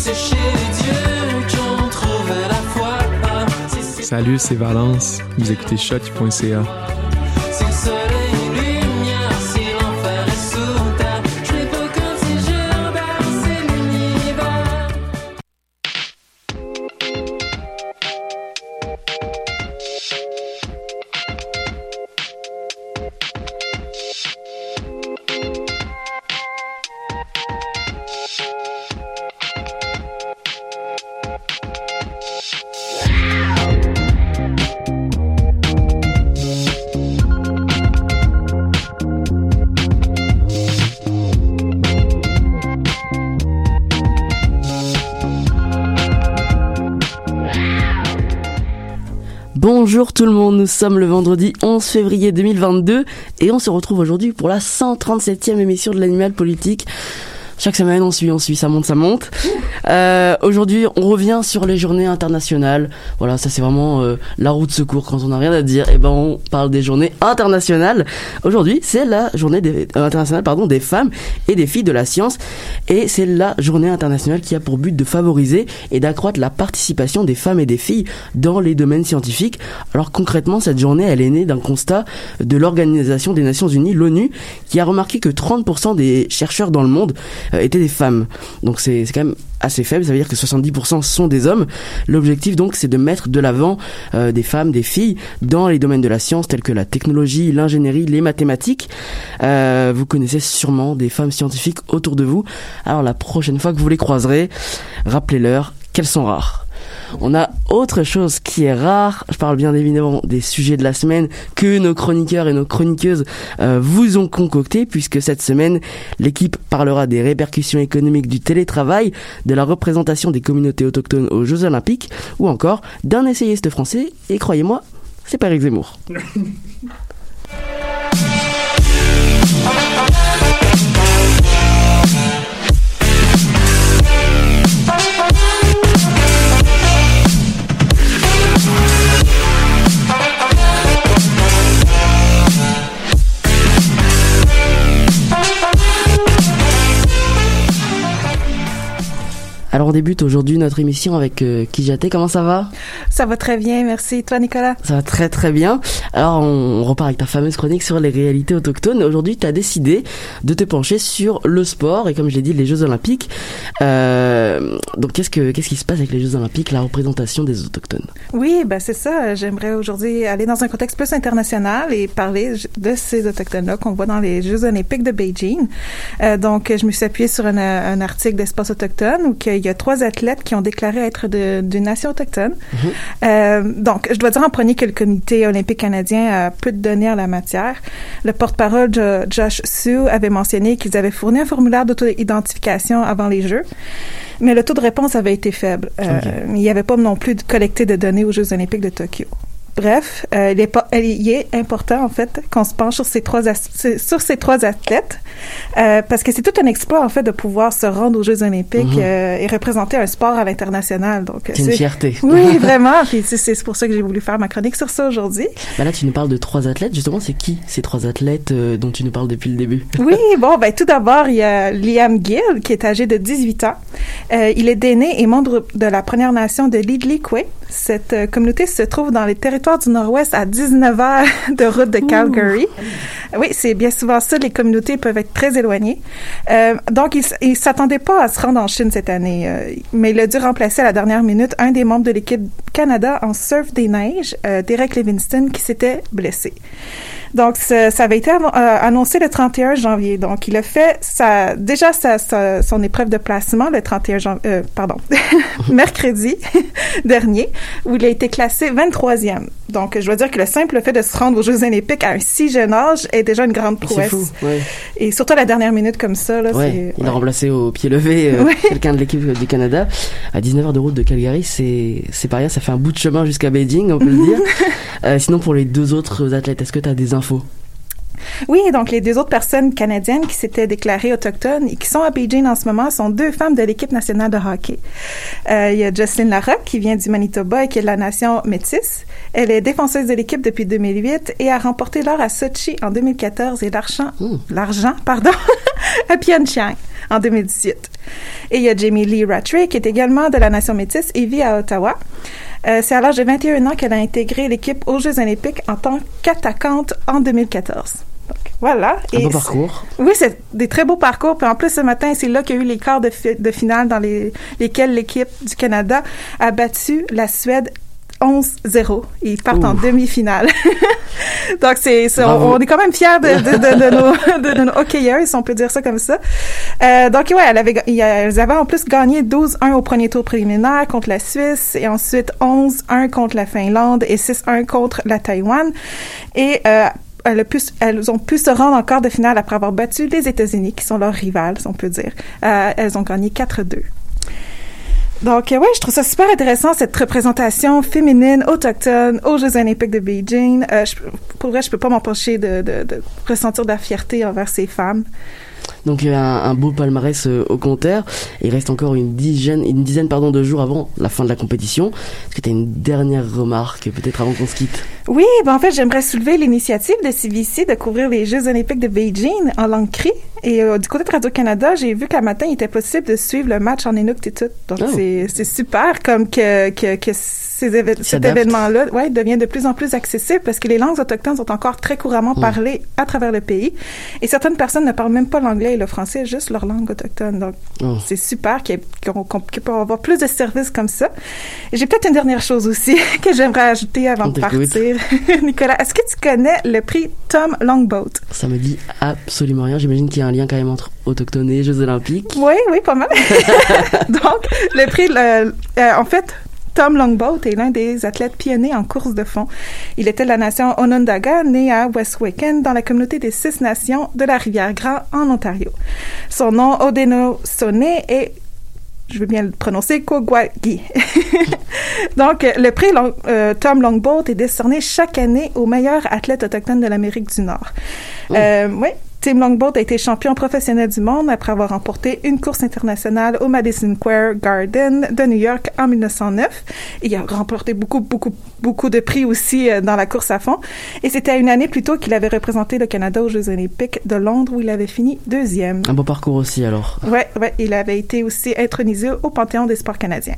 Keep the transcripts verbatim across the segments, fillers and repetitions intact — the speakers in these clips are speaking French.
Salut, c'est Valence. Vous écoutez shot point c a. Bonjour tout le monde, nous sommes le vendredi onze février deux mille vingt-deux et on se retrouve aujourd'hui pour la cent trente-septième émission de l'Animal Politique. Chaque semaine on suit, on suit, ça monte, ça monte. Euh, aujourd'hui on revient sur les journées internationales. Voilà, ça c'est vraiment euh, la roue de secours quand on n'a rien à dire. Et ben on parle des journées internationales. Aujourd'hui c'est la journée des, euh, internationale pardon, des femmes et des filles de la science. Et c'est la journée internationale qui a pour but de favoriser et d'accroître la participation des femmes et des filles dans les domaines scientifiques. Alors concrètement cette journée elle est née d'un constat de l'Organisation des Nations Unies, l'ONU, qui a remarqué que trente pour cent des chercheurs dans le monde euh, étaient des femmes. Donc c'est, c'est quand même assez faible, ça veut dire que soixante-dix pour cent sont des hommes. L'objectif donc c'est de mettre de l'avant euh, des femmes, des filles dans les domaines de la science tels que la technologie, l'ingénierie, les mathématiques. Euh, vous connaissez sûrement des femmes scientifiques autour de vous. Alors la prochaine fois que vous les croiserez, rappelez-leur qu'elles sont rares. On a autre chose qui est rare, je parle bien évidemment des sujets de la semaine que nos chroniqueurs et nos chroniqueuses euh, vous ont concocté, puisque cette semaine, l'équipe parlera des répercussions économiques du télétravail, de la représentation des communautés autochtones aux Jeux Olympiques, ou encore d'un essayiste français, et croyez-moi, c'est pas Éric Zemmour. Alors on débute aujourd'hui notre émission avec euh, Kijaté. Comment ça va? Ça va très bien, merci. Toi Nicolas? Ça va très très bien. Alors on, on repart avec ta fameuse chronique sur les réalités autochtones. Aujourd'hui tu as décidé de te pencher sur le sport et comme je l'ai dit les Jeux Olympiques. Euh, donc qu'est-ce que qu'est-ce qui se passe avec les Jeux Olympiques, la représentation des autochtones? Oui, ben c'est ça. J'aimerais aujourd'hui aller dans un contexte plus international et parler de ces autochtones-là qu'on voit dans les Jeux Olympiques de Beijing. Euh, donc je me suis appuyée sur un, un article d'Espace Autochtone où il y a trois athlètes qui ont déclaré être de, d'une nation autochtone. Mm-hmm. Euh, donc, je dois dire en premier que le Comité olympique canadien a peu de données en la matière. Le porte-parole jo- Josh Sue avait mentionné qu'ils avaient fourni un formulaire d'auto-identification avant les Jeux, mais le taux de réponse avait été faible. Euh, okay. Il n'y avait pas non plus de collecté de données aux Jeux olympiques de Tokyo. Bref, euh, il, est pas, il est important en fait qu'on se penche sur ces trois as- sur ces trois athlètes euh, parce que c'est tout un exploit en fait de pouvoir se rendre aux Jeux olympiques mm-hmm. euh, et représenter un sport à l'international. Donc c'est, c'est une fierté. Oui, vraiment. Puis c'est, c'est pour ça que j'ai voulu faire ma chronique sur ça aujourd'hui. Ben là, tu nous parles de trois athlètes. Justement, c'est qui ces trois athlètes euh, dont tu nous parles depuis le début? Oui, bon, ben tout d'abord, il y a Liam Gill qui est âgé de dix-huit ans. Euh, il est d'aîné et membre de la Première Nation de l'Idlikwe. Cette euh, communauté se trouve dans les territoires du Nord-Ouest à dix-neuf heures de route de Calgary. Ouh. Oui, c'est bien souvent ça. Les communautés peuvent être très éloignées. Euh, donc, il, il s'attendait pas à se rendre en Chine cette année, euh, mais il a dû remplacer à la dernière minute un des membres de l'équipe Canada en surf des neiges, euh, Derek Livingston, qui s'était blessé. Donc, ça, ça avait été euh, annoncé le trente et un janvier. Donc, il a fait sa, déjà sa, sa, son épreuve de placement le trente et un janvier, euh, pardon, mercredi dernier, où il a été classé vingt-troisième. Donc, je dois dire que le simple fait de se rendre aux Jeux olympiques à un si jeune âge est déjà une grande prouesse. C'est fou, ouais. Et surtout à la dernière minute comme ça, là, ouais, c'est... Il ouais. a remplacé au pied levé euh, ouais. quelqu'un de l'équipe du Canada. À dix-neuf heures de route de Calgary, c'est, c'est pas rien, ça fait un bout de chemin jusqu'à Beijing, on peut le dire. Euh, sinon, pour les deux autres athlètes, est-ce que tu as des infos? Oui, donc les deux autres personnes canadiennes qui s'étaient déclarées autochtones et qui sont à Beijing en ce moment sont deux femmes de l'équipe nationale de hockey. Euh, il y a Jocelyn Larocque qui vient du Manitoba et qui est de la nation métisse. Elle est défenseuse de l'équipe depuis deux mille huit et a remporté l'or à Sochi en deux mille quatorze et l'argent, mmh. l'argent, pardon, à Pyeongchang en deux mille dix-huit. Et il y a Jamie Lee Rattray qui est également de la nation métisse et vit à Ottawa. Euh, c'est à l'âge de vingt et un ans qu'elle a intégré l'équipe aux Jeux olympiques en tant qu'attaquante en deux mille quatorze. Donc, voilà. Un et beau parcours. Oui, c'est des très beaux parcours. Puis en plus, ce matin, c'est là qu'il y a eu les quarts de, fi- de finale dans les, lesquels l'équipe du Canada a battu la Suède onze zéro. Ils partent Ouh. en demi-finale. Donc, c'est, c'est on, on est quand même fiers de, de, de, de, nos, de, de nos hockeyeuses, si on peut dire ça comme ça. Euh, donc, ouais, elle avait, elles avaient en plus gagné douze un au premier tour préliminaire contre la Suisse et ensuite onze un contre la Finlande et six un contre la Taïwan. Et, euh, elles, a pu, elles ont pu se rendre en quart de finale après avoir battu les États-Unis, qui sont leurs rivales, si on peut dire. Euh, elles ont gagné quatre deux. Donc, euh, ouais, je trouve ça super intéressant, cette représentation féminine, autochtone, aux Jeux olympiques de Beijing. Euh, je, pour vrai, je peux pas m'empêcher de, de, de ressentir de la fierté envers ces femmes. Donc, il y a un, un beau palmarès euh, au compteur. Il reste encore une dizaine, une dizaine pardon, de jours avant la fin de la compétition. Est-ce que tu as une dernière remarque, peut-être avant qu'on se quitte? Oui, ben en fait, j'aimerais soulever l'initiative de C B C de couvrir les Jeux olympiques de Beijing en langue cri. Et euh, du côté de Radio-Canada, j'ai vu qu'à matin, il était possible de suivre le match en Inuktitut. Donc, oh. c'est, c'est super comme que, que, que ces éve- cet événement-là ouais, devient de plus en plus accessible parce que les langues autochtones sont encore très couramment mmh. parlées à travers le pays. Et certaines personnes ne parlent même pas l'anglais et le français, juste leur langue autochtone. Donc, oh. c'est super qu'il y ait, qu'on, qu'on, qu'il peut y avoir plus de services comme ça. Et j'ai peut-être une dernière chose aussi que j'aimerais ajouter avant On de partir. Nicolas, est-ce que tu connais le prix Tom Longboat? Ça me dit absolument rien. J'imagine qu'il y a un lien quand même entre autochtones et Jeux olympiques. Oui, oui, pas mal. Donc, le prix, le, euh, en fait, Tom Longboat est l'un des athlètes pionniers en course de fond. Il était de la nation Onondaga, né à Westwacken, dans la communauté des Six Nations de la Rivière-Grand, en Ontario. Son nom, Haudenosaunee, est, je veux bien le prononcer, Kogwagi. Donc, le prix Long, euh, Tom Longboat est décerné chaque année aux meilleurs athlètes autochtones de l'Amérique du Nord. Oh. Euh, oui. Tim Longboat a été champion professionnel du monde après avoir remporté une course internationale au Madison Square Garden de New York en mille neuf cent neuf. Il a remporté beaucoup, beaucoup, beaucoup de prix aussi dans la course à fond. Et c'était une année plus tôt qu'il avait représenté le Canada aux Jeux olympiques de Londres où il avait fini deuxième. Un beau parcours aussi alors. Ouais, ouais. Il avait été aussi intronisé au Panthéon des sports canadiens.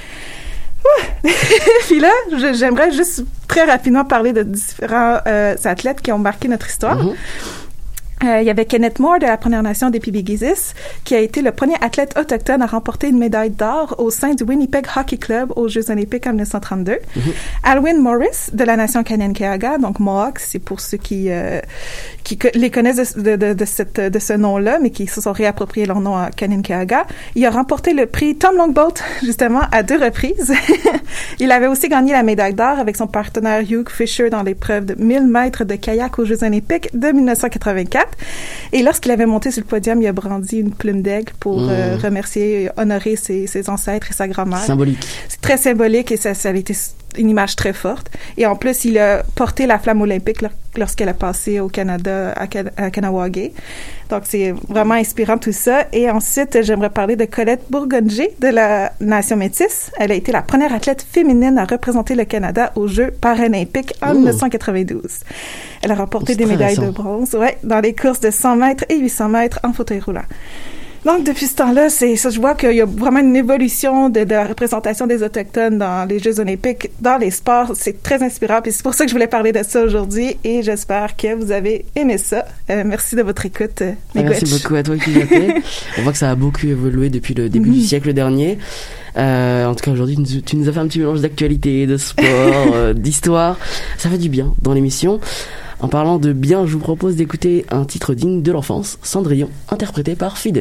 Puis là, je, j'aimerais juste très rapidement parler de différents euh, athlètes qui ont marqué notre histoire. Mm-hmm. Euh, il y avait Kenneth Moore de la Première Nation des Pibigizis, qui a été le premier athlète autochtone à remporter une médaille d'or au sein du Winnipeg Hockey Club aux Jeux olympiques en dix-neuf cent trente-deux. Mm-hmm. Alwyn Morris de la Nation Kanien'kehá:ka, donc Mohawks, c'est pour ceux qui euh, qui co- les connaissent de, de, de, de, cette, de ce nom-là, mais qui se sont réappropriés leur nom à Kanien'kehá:ka. Il a remporté le prix Tom Longboat, justement, à deux reprises. Il avait aussi gagné la médaille d'or avec son partenaire Hugh Fisher dans l'épreuve de mille mètres de kayak aux Jeux olympiques de dix-neuf cent quatre-vingt-quatre. Et lorsqu'il avait monté sur le podium, il a brandi une plume d'aigle pour mmh. euh, remercier et honorer ses, ses ancêtres et sa grand-mère. Symbolique. C'est très symbolique et ça, ça a été une image très forte. Et en plus, il a porté la flamme olympique lorsqu'elle a passé au Canada, à, à Kahnawake. Donc, c'est vraiment inspirant tout ça. Et ensuite, j'aimerais parler de Colette Bourgonger de la Nation métisse. Elle a été la première athlète féminine à représenter le Canada aux Jeux paralympiques en mmh. dix-neuf cent quatre-vingt-douze. Elle a remporté des médailles récent. de bronze ouais, dans les courses de cent mètres et huit cents mètres en fauteuil roulant. Donc, depuis ce temps-là, c'est ça, je vois qu'il y a vraiment une évolution de, de la représentation des Autochtones dans les Jeux olympiques, dans les sports. C'est très inspirant. Puis c'est pour ça que je voulais parler de ça aujourd'hui et j'espère que vous avez aimé ça. Euh, merci de votre écoute. Euh, merci beaucoup à toi, Kyliapé. On voit que ça a beaucoup évolué depuis le début mmh. du siècle dernier. Euh, en tout cas, aujourd'hui, tu nous as fait un petit mélange d'actualité, de sport, euh, d'histoire. Ça fait du bien dans l'émission. En parlant de bien, je vous propose d'écouter un titre digne de l'enfance, Cendrillon, interprété par Fides.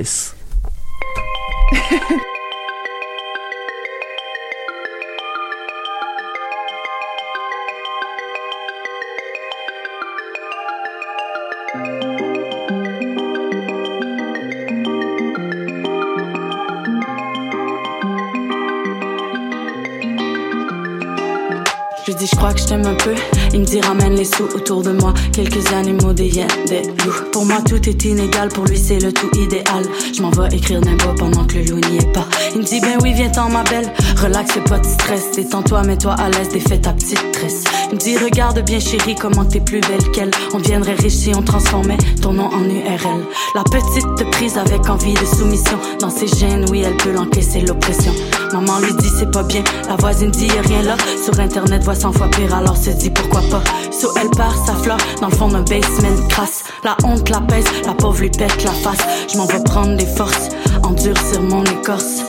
Je dis je crois que je t'aime un peu. Il me dit ramène les sous autour de moi. Quelques animaux, des hyènes, des loups. Pour moi tout est inégal, pour lui c'est le tout idéal. Je m'en vais écrire Nimba pendant que le loup n'y est pas. Il me dit ben oui viens-t'en ma belle. Relax, fais pas de stress. Détends-toi, mets-toi à l'aise, défais ta petite tresse. Il me dit regarde bien chérie comment t'es plus belle qu'elle. On deviendrait riche si on transformait ton nom en U R L. La petite te prise avec envie de soumission. Dans ses gènes, oui elle peut l'encaisser l'oppression. Maman lui dit c'est pas bien. La voisine dit y'a rien là. Sur internet voit cent fois pire, alors se dit pourquoi pas. So elle part sa fleur dans le fond d'un basement crasse. La honte la pèse, la pauvre lui pète la face. Je m'en vais prendre des forces, endurcir mon écorce.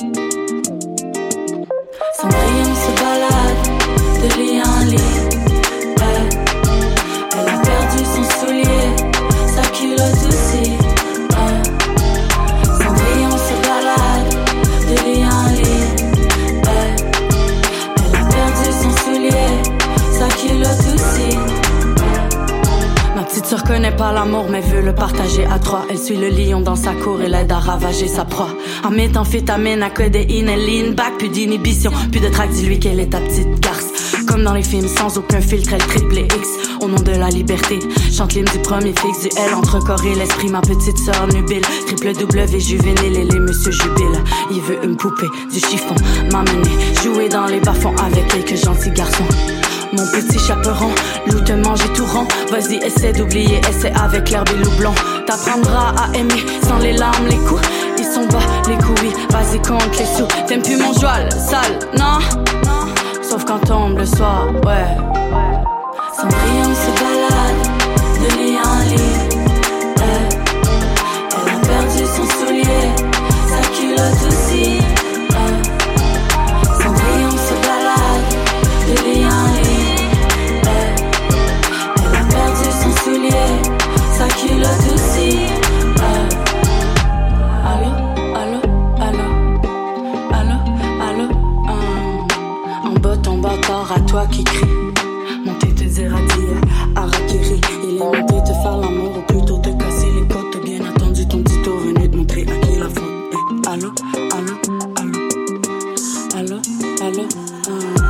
Cendrillon se balade de lit en lit. Elle, elle a perdu son soulier, sa culotte aussi. Elle, Cendrillon se balade de lit en lit. Elle, elle a perdu son soulier, sa culotte aussi. Ma petite sœur connaît pas l'amour mais veut le partager à trois. Elle suit le lion dans sa cour et l'aide à ravager sa proie. En méthamphétamine à codéine, elle lean back, plus d'inhibition, plus de trac, dis-lui qu'elle est ta petite garce. Comme dans les films, sans aucun filtre, elle triple X. Au nom de la liberté, chante l'hymne du premier fixe. Du L entre corps et l'esprit, ma petite sœur nubile. Triple W juvénile, elle est monsieur jubile. Il veut une poupée, du chiffon, m'amener jouer dans les bas-fonds avec quelques gentils garçons. Mon petit chaperon, loup te mange et tout rond. Vas-y, essaie d'oublier, essaie avec l'herbe et loup blond. T'apprendras à aimer sans les larmes, les coups. Ils sont bas, les coups, oui, vas-y, compte les sous. T'aimes plus mon joie, sale, non? Sauf quand tombe le soir, ouais. Cendrillon se balade de lit en lit. Elle, elle a perdu son soulier, sa culotte aussi. Elle, Cendrillon se balade de lit en lit. Elle, elle a perdu son soulier, sa culotte aussi. Elle, allô, allô, allô, allô, allô. En bas ton bâtard à toi qui crie. Monter te dire adieu, Harakiri. Il est monté te faire l'amour ou plutôt te casser les côtes. T'as bien attendu ton petit tour venu te montrer à qui la faute. Eh, allô, allô, allô, allô, allô, euh.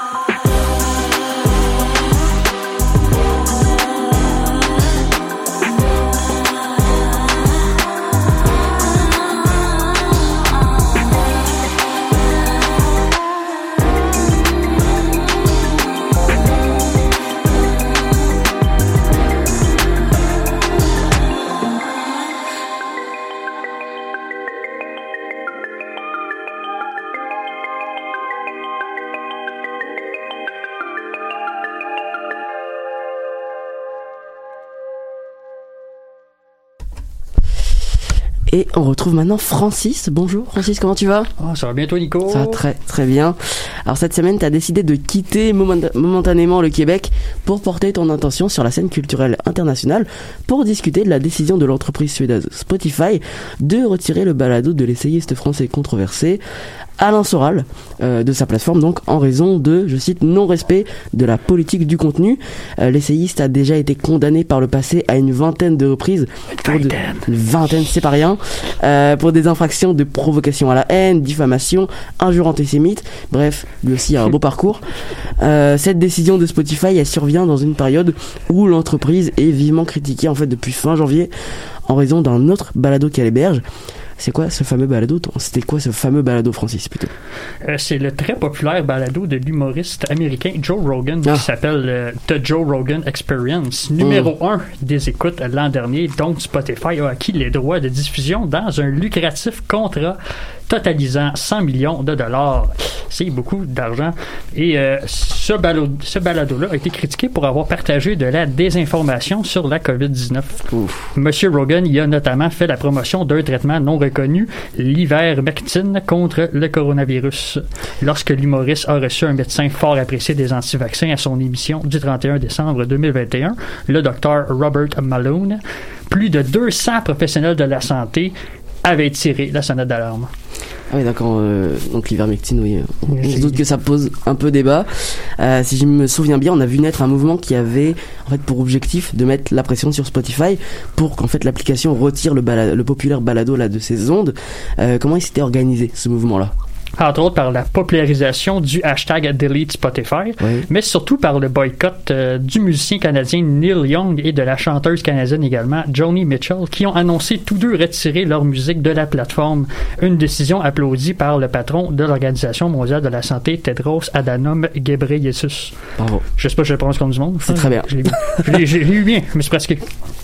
Et on retrouve maintenant Francis. Bonjour Francis, comment tu vas? Oh, ça va bien toi Nico? Ça va très très bien. Alors cette semaine, tu as décidé de quitter moment- momentanément le Québec pour porter ton intention sur la scène culturelle internationale pour discuter de la décision de l'entreprise suédoise Spotify de retirer le balado de l'essayiste français controversé Alain Soral euh, de sa plateforme, donc en raison de, je cite, non-respect de la politique du contenu. Euh, l'essayiste a déjà été condamné par le passé à une vingtaine de reprises. Pour de, une vingtaine, c'est pas rien. Euh, pour des infractions de provocation à la haine, diffamation, injures antisémites. Bref, lui aussi a un beau parcours. Euh, cette décision de Spotify, elle survient dans une période où l'entreprise est vivement critiquée en fait depuis fin janvier en raison d'un autre balado qu'elle héberge. C'est quoi ce fameux balado? C'était quoi ce fameux balado, Francis, plutôt? Euh, c'est le très populaire balado de l'humoriste américain Joe Rogan ah. qui s'appelle euh, The Joe Rogan Experience. Numéro un mm. des écoutes l'an dernier, donc Spotify a acquis les droits de diffusion dans un lucratif contrat totalisant cent millions de dollars. C'est beaucoup d'argent. Et euh, ce, balado, ce balado-là a été critiqué pour avoir partagé de la désinformation sur la covid dix-neuf. Ouf. Monsieur Rogan y a notamment fait la promotion d'un traitement non reconnu, l'ivermectine, contre le coronavirus. Lorsque l'humoriste a reçu un médecin fort apprécié des anti-vaccins à son émission du trente et un décembre deux mille vingt et un, le docteur Robert Malone, plus de deux cents professionnels de la santé avait tiré la sonnette d'alarme. Ah oui, d'accord. Euh, donc l'ivermectine, oui. On oui, se doute que ça pose un peu débat. Euh, si je me souviens bien, on a vu naître un mouvement qui avait en fait pour objectif de mettre la pression sur Spotify pour qu'en fait l'application retire le, balado, le populaire balado là de ses ondes. Euh, comment il s'était organisé ce mouvement-là? entre autres par la popularisation du hashtag Delete Spotify, oui. mais surtout par le boycott euh, du musicien canadien Neil Young et de la chanteuse canadienne également Joni Mitchell, qui ont annoncé tous deux retirer leur musique de la plateforme. Une décision applaudie par le patron de l'Organisation mondiale de la santé, Tedros Adhanom Ghebreyesus. Bravo. Je sais pas si je le prononce comme du monde. C'est très bien. Je l'ai, je l'ai, je l'ai eu bien, mais c'est presque...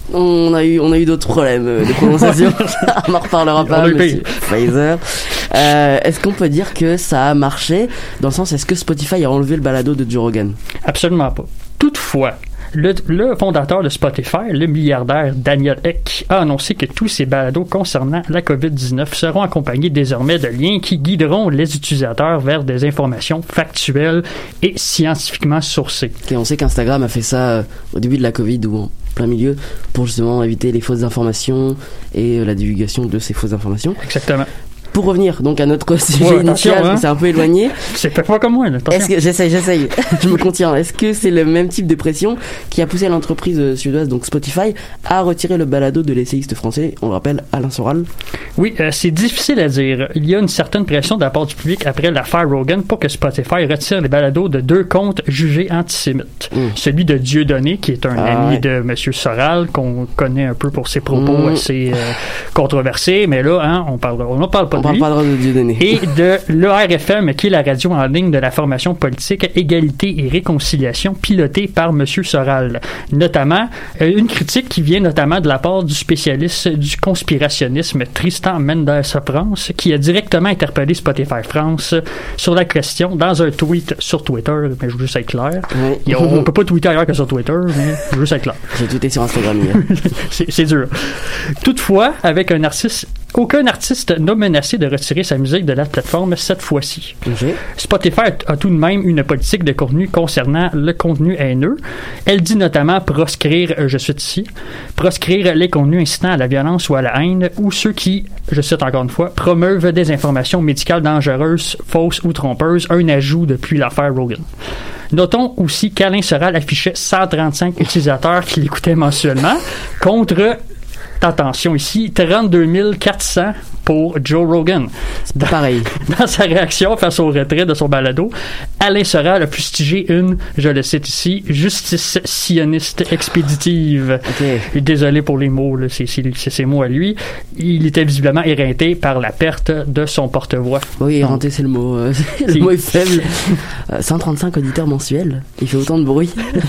On a eu, on a eu d'autres problèmes de prononciation. On n'en reparlera pas, monsieur Pfizer. Euh, est-ce qu'on peut dire que ça a marché? Dans le sens, est-ce que Spotify a enlevé le balado de Joe Rogan? Absolument pas. Toutefois, Le, le fondateur de Spotify, le milliardaire Daniel Ek, a annoncé que tous ces balados concernant la covid dix-neuf seront accompagnés désormais de liens qui guideront les utilisateurs vers des informations factuelles et scientifiquement sourcées. Et on sait qu'Instagram a fait ça euh, au début de la Covid ou en plein milieu pour justement éviter les fausses informations et euh, la divulgation de ces fausses informations. Exactement. Pour revenir donc à notre sujet ouais, initial, hein. C'est un peu éloigné. C'est pas comme moi, là. Est-ce que, j'essaye, j'essaye. Je me contiens. Est-ce que c'est le même type de pression qui a poussé l'entreprise suédoise, donc Spotify, à retirer le balado de l'essayiste français, on le rappelle, Alain Soral? Oui, euh, c'est difficile à dire. Il y a une certaine pression de la part du public après l'affaire Rogan pour que Spotify retire les balados de deux comptes jugés antisémites. Mmh. Celui de Dieudonné, qui est un ah, ami ouais. de M. Soral, qu'on connaît un peu pour ses propos mmh. assez euh, controversés, mais là, hein, on parle, on ne parle pas on parle pas de Dieudonné. Et de l'E R F M, qui est la radio en ligne de la formation politique Égalité et Réconciliation, pilotée par M. Soral. Notamment, euh, une critique qui vient notamment de la part du spécialiste du conspirationnisme Tristan Mendes-France, qui a directement interpellé Spotify France sur la question dans un tweet sur Twitter, mais je veux juste être clair. Oui. On ne peut pas tweeter ailleurs que sur Twitter, mais je veux juste être clair. J'ai tweeté sur Instagram hier. c'est, c'est dur. Toutefois, avec un artiste Aucun artiste n'a menacé de retirer sa musique de la plateforme cette fois-ci. Okay. Spotify a tout de même une politique de contenu concernant le contenu haineux. Elle dit notamment proscrire, je cite ici, proscrire les contenus incitant à la violence ou à la haine ou ceux qui, je cite encore une fois, promeuvent des informations médicales dangereuses, fausses ou trompeuses, un ajout depuis l'affaire Rogan. Notons aussi qu'Alain Soral affichait cent trente-cinq utilisateurs qui l'écoutaient mensuellement contre... Attention ici, trente-deux mille quatre cents pour Joe Rogan. C'est pas pareil. Dans sa réaction face au retrait de son balado, Alain Soral a fustigé une, je le cite ici, justice sioniste expéditive. Okay. Désolé pour les mots, là, c'est, c'est, c'est ses mots à lui. Il était visiblement éreinté par la perte de son porte-voix. Oui, éreinté, c'est le mot. Euh, le mot est faible. Euh, cent trente-cinq auditeurs mensuels. Il fait autant de bruit.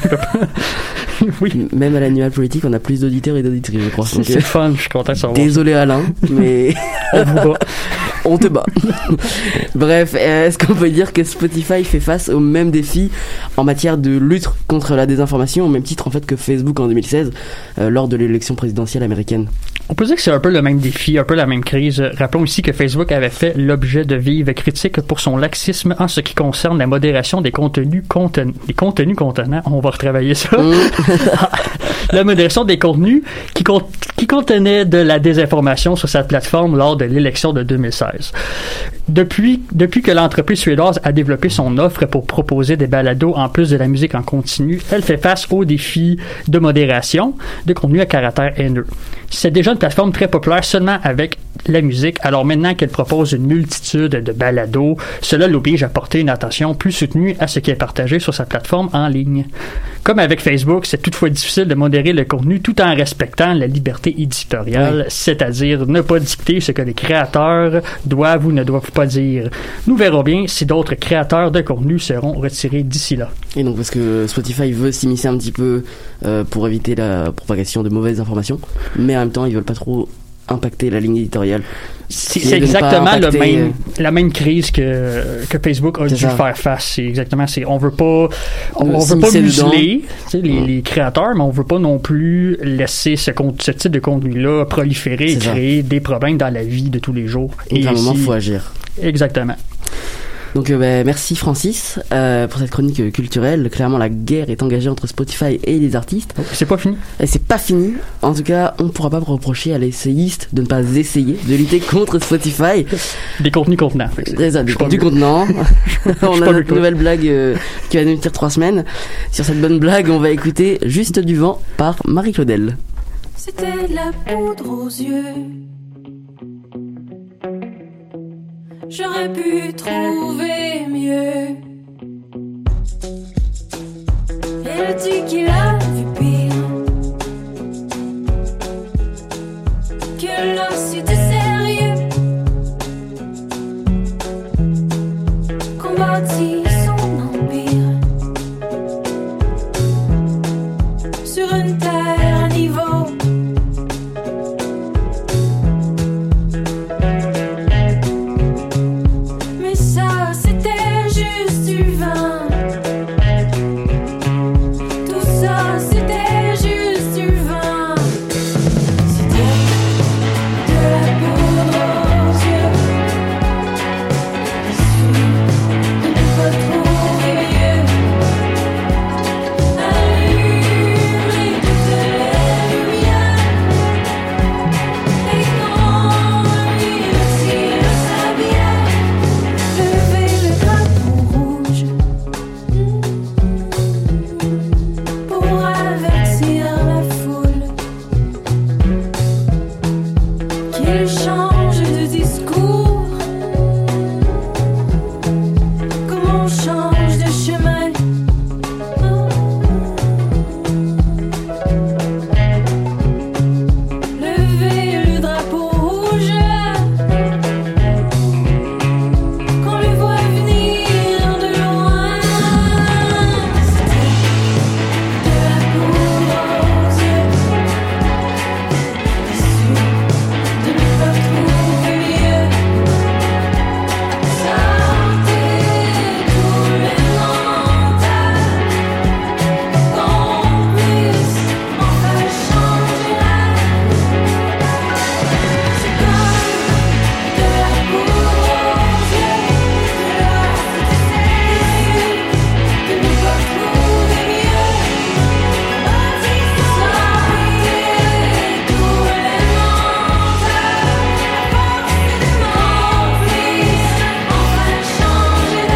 Oui. Même à l'annual politique, on a plus d'auditeurs et d'auditrices, je crois. C'est, Donc, c'est euh, fun, je suis content de savoir. Désolé ça. Alain, mais on vous bat. On te bat. Bref, est-ce qu'on peut dire que Spotify fait face aux mêmes défis en matière de lutte contre la désinformation, au même titre en fait que Facebook en deux mille seize, euh, lors de l'élection présidentielle américaine? On peut dire que c'est un peu le même défi, un peu la même crise. Rappelons ici que Facebook avait fait l'objet de vives critiques pour son laxisme en ce qui concerne la modération des contenus contenus, des contenus contenant, on va retravailler ça, mm. la modération des contenus qui, con- qui contenaient de la désinformation sur sa plateforme lors de l'élection de deux mille seize. Depuis, depuis que l'entreprise suédoise a développé son offre pour proposer des balados en plus de la musique en continu, elle fait face aux défis de modération de contenu à caractère haineux. C'est déjà une plateforme très populaire seulement avec la musique, alors maintenant qu'elle propose une multitude de balados, cela l'oblige à porter une attention plus soutenue à ce qui est partagé sur sa plateforme en ligne. Comme avec Facebook, c'est toutefois difficile de modérer le contenu tout en respectant la liberté éditoriale, oui. C'est-à-dire ne pas dicter ce que les créateurs doivent ou ne doivent pas dire. Nous verrons bien si d'autres créateurs de contenu seront retirés d'ici là. Et donc parce que Spotify veut s'immiscer un petit peu euh, pour éviter la propagation de mauvaises informations, mais en même temps ils veulent pas trop impacter la ligne éditoriale. C'est, c'est exactement impacter, le même, euh... la même crise que, que Facebook a c'est dû ça. faire face. C'est exactement, c'est, on veut pas, on, on veut pas museler les, mmh. les créateurs, mais on veut pas non plus laisser ce, ce type de contenu-là proliférer c'est et créer ça. des problèmes dans la vie de tous les jours. Et à un moment, il faut agir. Exactement. Donc euh, bah, merci Francis euh, pour cette chronique culturelle. Clairement la guerre est engagée entre Spotify et les artistes. C'est pas fini. Et c'est pas fini. En tout cas, on ne pourra pas reprocher à l'essayiste de ne pas essayer de lutter contre Spotify. Des contenus contenants. C'est ça, des contenus contenants. On a notre nouvelle blague euh, qui va nous tenir trois semaines. Sur cette bonne blague, on va écouter Juste du vent par Marie-Claudel. C'était de la poudre aux yeux. j'aurais pu trouver mieux. Elle dit qu'il a vu pire, qu'elle a su de sérieux, qu'on bâtit son empire sur une terre à niveau. Mais ça, c'était juste du vin. Tout ça, c'était juste du vin. C'était de la poudre aux yeux. Déçu de ne pas trouver mieux. Allumer toutes les lumières. Et quand il tire sa bière, lever le drapeau rouge pour avertir la foule qu'il change de discours, comme on change de chemin. Lever le drapeau rouge, qu'on le voit venir de loin. C'était de la poudre aux yeux. Déçu de ne pas trouver mieux. Sortez tout le mental, qu'on puisse enfin changer l'air. C'est comme de la poudre aux yeux, de l'or déçu de ne pas trouver mieux. Sortez tout le mental, forcément puisse enfin changer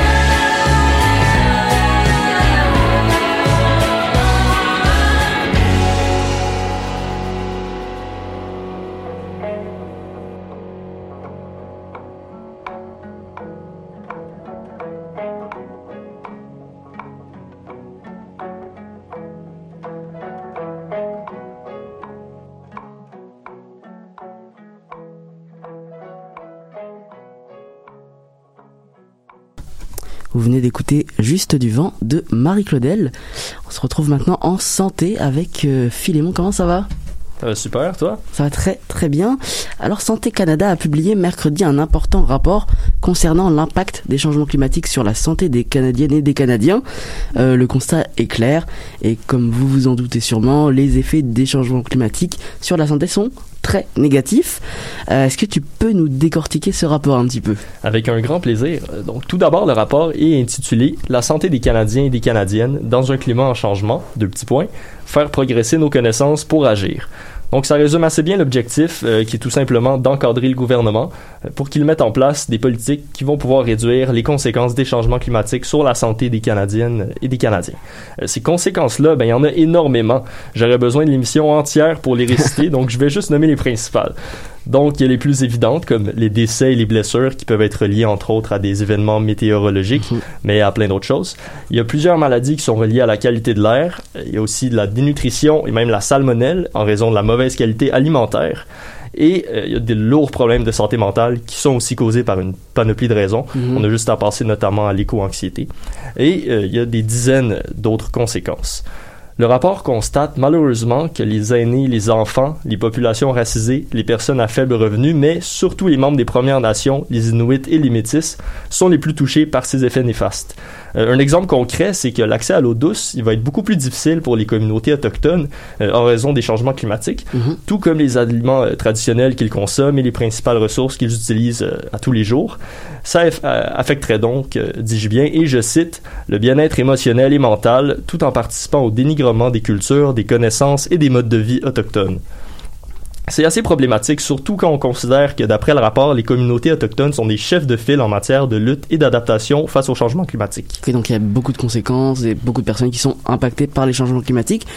Vous venez d'écouter Juste du vent de Marie Claudel. On se retrouve maintenant en santé avec euh, Philémon. Comment ça va ? Euh, super, toi? Ça va très très bien. Alors Santé Canada a publié mercredi un important rapport concernant l'impact des changements climatiques sur la santé des Canadiennes et des Canadiens. Euh, le constat est clair et comme vous vous en doutez sûrement, les effets des changements climatiques sur la santé sont très négatifs. Euh, est-ce que tu peux nous décortiquer ce rapport un petit peu? Avec un grand plaisir. Donc, tout d'abord, le rapport est intitulé « La santé des Canadiens et des Canadiennes dans un climat en changement », deux petits points, « Faire progresser nos connaissances pour agir ». Donc, ça résume assez bien l'objectif, euh, qui est tout simplement d'encadrer le gouvernement euh, pour qu'il mette en place des politiques qui vont pouvoir réduire les conséquences des changements climatiques sur la santé des Canadiennes et des Canadiens. Euh, ces conséquences-là, ben, il y en a énormément. J'aurais besoin de l'émission entière pour les réciter, donc je vais juste nommer les principales. Donc, il y a les plus évidentes, comme les décès et les blessures qui peuvent être liés, entre autres, à des événements météorologiques, mmh. mais à plein d'autres choses. Il y a plusieurs maladies qui sont reliées à la qualité de l'air. Il y a aussi de la dénutrition et même la salmonelle en raison de la mauvaise qualité alimentaire. Et euh, il y a des lourds problèmes de santé mentale qui sont aussi causés par une panoplie de raisons. Mmh. On a juste à penser notamment à l'éco-anxiété. Et euh, il y a des dizaines d'autres conséquences. Le rapport constate malheureusement que les aînés, les enfants, les populations racisées, les personnes à faible revenu, mais surtout les membres des Premières Nations, les Inuits et les Métis, sont les plus touchés par ces effets néfastes. Euh, un exemple concret, c'est que l'accès à l'eau douce, il va être beaucoup plus difficile pour les communautés autochtones euh, en raison des changements climatiques, mm-hmm. tout comme les aliments euh, traditionnels qu'ils consomment et les principales ressources qu'ils utilisent euh, à tous les jours. Ça aff- affecterait donc, euh, dis-je bien, et je cite, le bien-être émotionnel et mental, tout en participant au dénigrement des cultures, des connaissances et des modes de vie autochtones. C'est assez problématique, surtout quand on considère que, d'après le rapport, les communautés autochtones sont des chefs de file en matière de lutte et d'adaptation face au changement climatique. Okay, donc il y a beaucoup de conséquences et beaucoup de personnes qui sont impactées par les changements climatiques.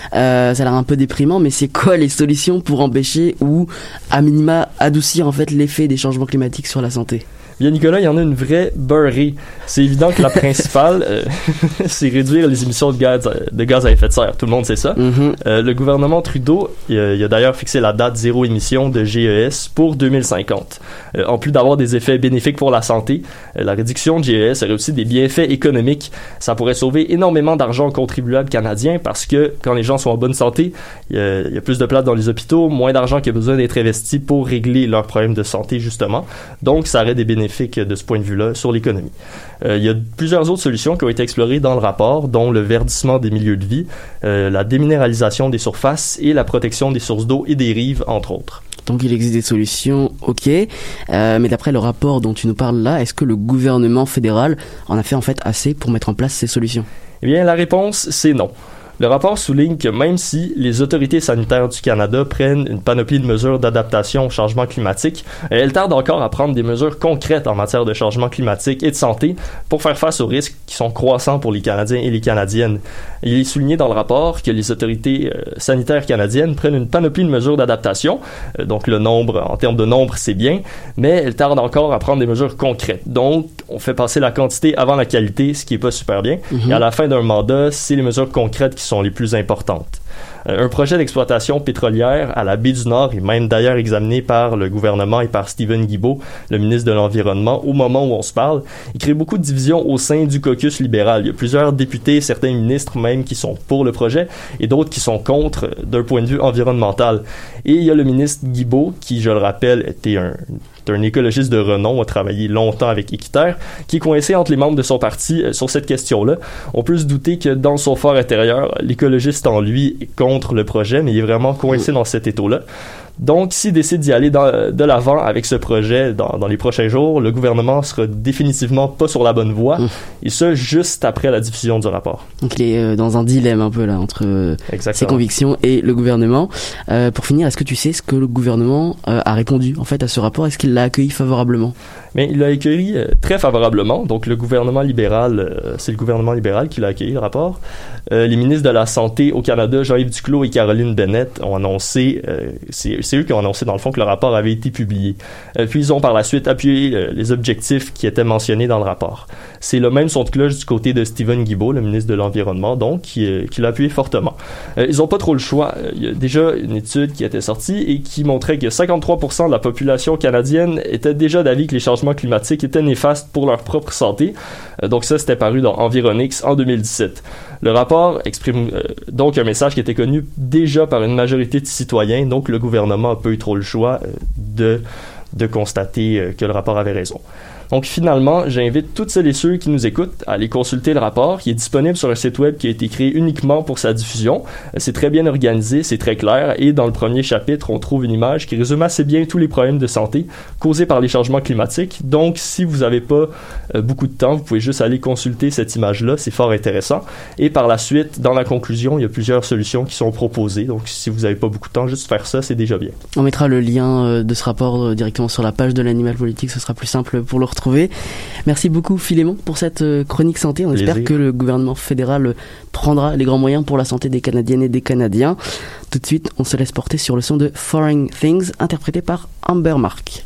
Euh, ça a l'air un peu déprimant, mais c'est quoi les solutions pour empêcher ou, à minima, adoucir en fait l'effet des changements climatiques sur la santé? Bien, Nicolas, il y en a une vraie beurrée. C'est évident que la principale, euh, c'est réduire les émissions de gaz, de gaz à effet de serre. Tout le monde sait ça. Mm-hmm. Euh, le gouvernement Trudeau, il a, il a d'ailleurs fixé la date zéro émission de G E S pour deux mille cinquante. Euh, en plus d'avoir des effets bénéfiques pour la santé, euh, la réduction de G E S aurait aussi des bienfaits économiques. Ça pourrait sauver énormément d'argent aux contribuables canadiens parce que quand les gens sont en bonne santé, il y a, il y a plus de place dans les hôpitaux, moins d'argent qui a besoin d'être investi pour régler leurs problèmes de santé, justement. Donc, ça aurait des bénéfices de ce point de vue-là sur l'économie. Euh, il y a plusieurs autres solutions qui ont été explorées dans le rapport, dont le verdissement des milieux de vie, euh, la déminéralisation des surfaces et la protection des sources d'eau et des rives, entre autres. Donc il existe des solutions, ok. Euh, mais d'après le rapport dont tu nous parles là, est-ce que le gouvernement fédéral en a fait en fait assez pour mettre en place ces solutions? Eh bien, la réponse, c'est non. Le rapport souligne que même si les autorités sanitaires du Canada prennent une panoplie de mesures d'adaptation au changement climatique, elles tardent encore à prendre des mesures concrètes en matière de changement climatique et de santé pour faire face aux risques qui sont croissants pour les Canadiens et les Canadiennes. Il est souligné dans le rapport que les autorités euh, sanitaires canadiennes prennent une panoplie de mesures d'adaptation, euh, donc le nombre, en termes de nombre, c'est bien, mais elles tardent encore à prendre des mesures concrètes. Donc, on fait passer la quantité avant la qualité, ce qui est pas super bien. Mm-hmm. Et à la fin d'un mandat, c'est les mesures concrètes qui sont les plus importantes. Euh, un projet d'exploitation pétrolière à la baie du Nord est même d'ailleurs examiné par le gouvernement et par Steven Guilbeault, le ministre de l'Environnement, au moment où on se parle. Il crée beaucoup de divisions au sein du caucus libéral. Il y a plusieurs députés, certains ministres même qui sont pour le projet et d'autres qui sont contre d'un point de vue environnemental. Et il y a le ministre Guilbeault, qui, je le rappelle, était un un écologiste de renom, a travaillé longtemps avec Équiterre, qui est coincé entre les membres de son parti euh, sur cette question-là. On peut se douter que dans son fort intérieur, l'écologiste en lui est contre le projet, mais il est vraiment coincé dans cet étau-là. Donc, s'il décide d'y aller dans, de l'avant avec ce projet dans, dans les prochains jours, le gouvernement sera définitivement pas sur la bonne voie, mmh. et ça, juste après la diffusion du rapport. Donc, il est euh, dans un dilemme un peu là, entre euh, ses convictions et le gouvernement. Euh, pour finir, est-ce que tu sais ce que le gouvernement euh, a répondu en fait à ce rapport? Est-ce qu'il l'a accueilli favorablement? Mais il l'a accueilli euh, très favorablement. Donc, le gouvernement libéral, euh, c'est le gouvernement libéral qui l'a accueilli, le rapport. Euh, les ministres de la Santé au Canada, Jean-Yves Duclos et Caroline Bennett, ont annoncé, euh, c'est, c'est eux qui ont annoncé dans le fond que le rapport avait été publié. Euh, puis ils ont par la suite appuyé euh, les objectifs qui étaient mentionnés dans le rapport. C'est le même son de cloche du côté de Steven Guilbeault, le ministre de l'Environnement, donc, qui, euh, qui l'a appuyé fortement. Euh, ils n'ont pas trop le choix. Euh, il y a déjà une étude qui était sortie et qui montrait que cinquante-trois pour cent de la population canadienne était déjà d'avis que les changements climatiques étaient néfastes pour leur propre santé. Euh, donc ça, c'était paru dans Environix en deux mille dix-sept. Le rapport exprime euh, donc un message qui était connu déjà par une majorité de citoyens, donc le gouvernement n'a pas eu trop le choix euh, de, de constater euh, que le rapport avait raison. Donc finalement, j'invite toutes celles et ceux qui nous écoutent à aller consulter le rapport qui est disponible sur un site web qui a été créé uniquement pour sa diffusion. C'est très bien organisé, c'est très clair et dans le premier chapitre, on trouve une image qui résume assez bien tous les problèmes de santé causés par les changements climatiques. Donc si vous n'avez pas euh, beaucoup de temps, vous pouvez juste aller consulter cette image-là, c'est fort intéressant. Et par la suite, dans la conclusion, il y a plusieurs solutions qui sont proposées. Donc si vous n'avez pas beaucoup de temps, juste faire ça, c'est déjà bien. On mettra le lien de ce rapport directement sur la page de l'Animal Politique, ce sera plus simple pour le retrouver. Merci beaucoup Philémon pour cette chronique santé. On Plaisir. espère que le gouvernement fédéral prendra les grands moyens pour la santé des Canadiennes et des Canadiens. Tout de suite, on se laisse porter sur le son de Foreign Things, interprété par Amber Mark.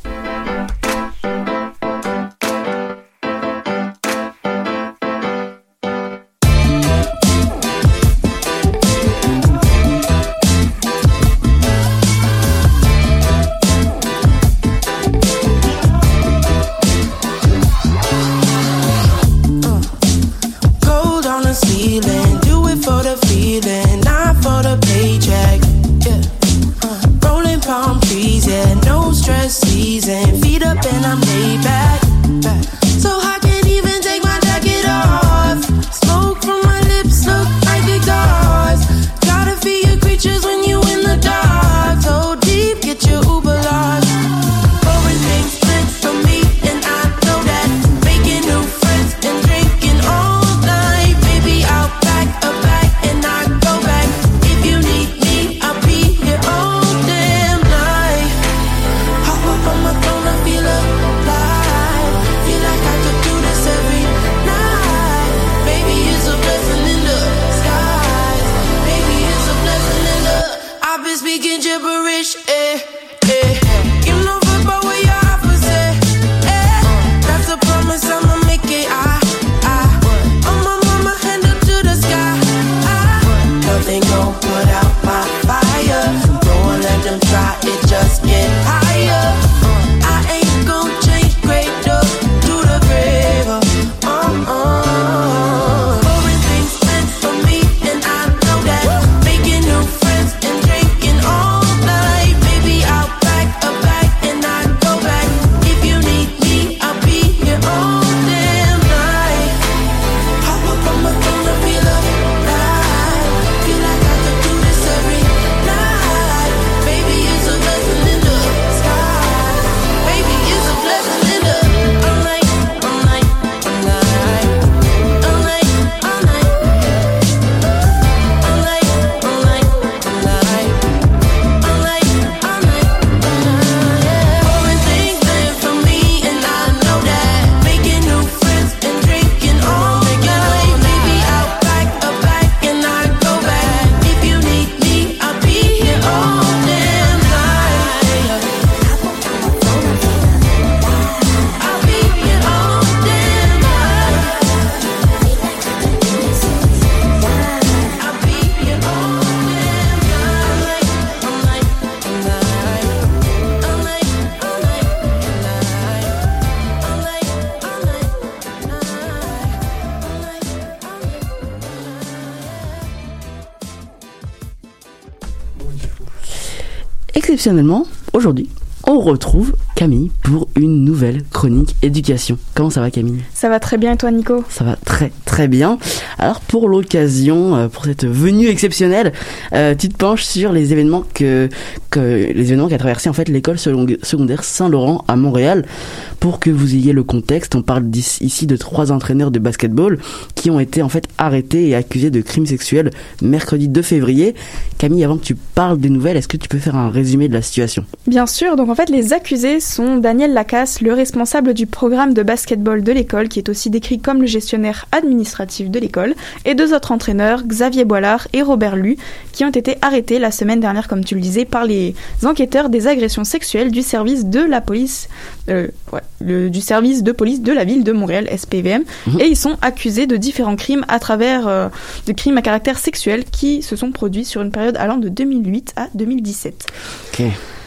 Season exceptionnellement, aujourd'hui, on retrouve Camille pour une nouvelle chronique éducation. Comment ça va, Camille ? Ça va très bien, et toi, Nico ? Ça va très très bien. Alors pour l'occasion, euh, pour cette venue exceptionnelle, euh, tu te penches sur les événements que, que les événements qu'a traversé en fait l'école secondaire Saint-Laurent à Montréal. Pour que vous ayez le contexte, on parle ici de trois entraîneurs de basketball qui ont été en fait arrêtés et accusés de crimes sexuels mercredi deux février. Camille, avant que tu parles des nouvelles, est-ce que tu peux faire un résumé de la situation ? Bien sûr, donc en fait les accusés sont Daniel Lacasse, le responsable du programme de basketball de l'école, qui est aussi décrit comme le gestionnaire administratif de l'école, et deux autres entraîneurs, Xavier Boilard et Robert Lu, qui ont été arrêtés la semaine dernière, comme tu le disais, par les enquêteurs des agressions sexuelles du service de la police, euh, ouais, le, du service de police de la ville de Montréal, S P V M, mmh. Et ils sont accusés de différents crimes à travers euh, de crimes à caractère sexuel qui se sont produits sur une période allant de deux mille huit à deux mille dix-sept. Ok.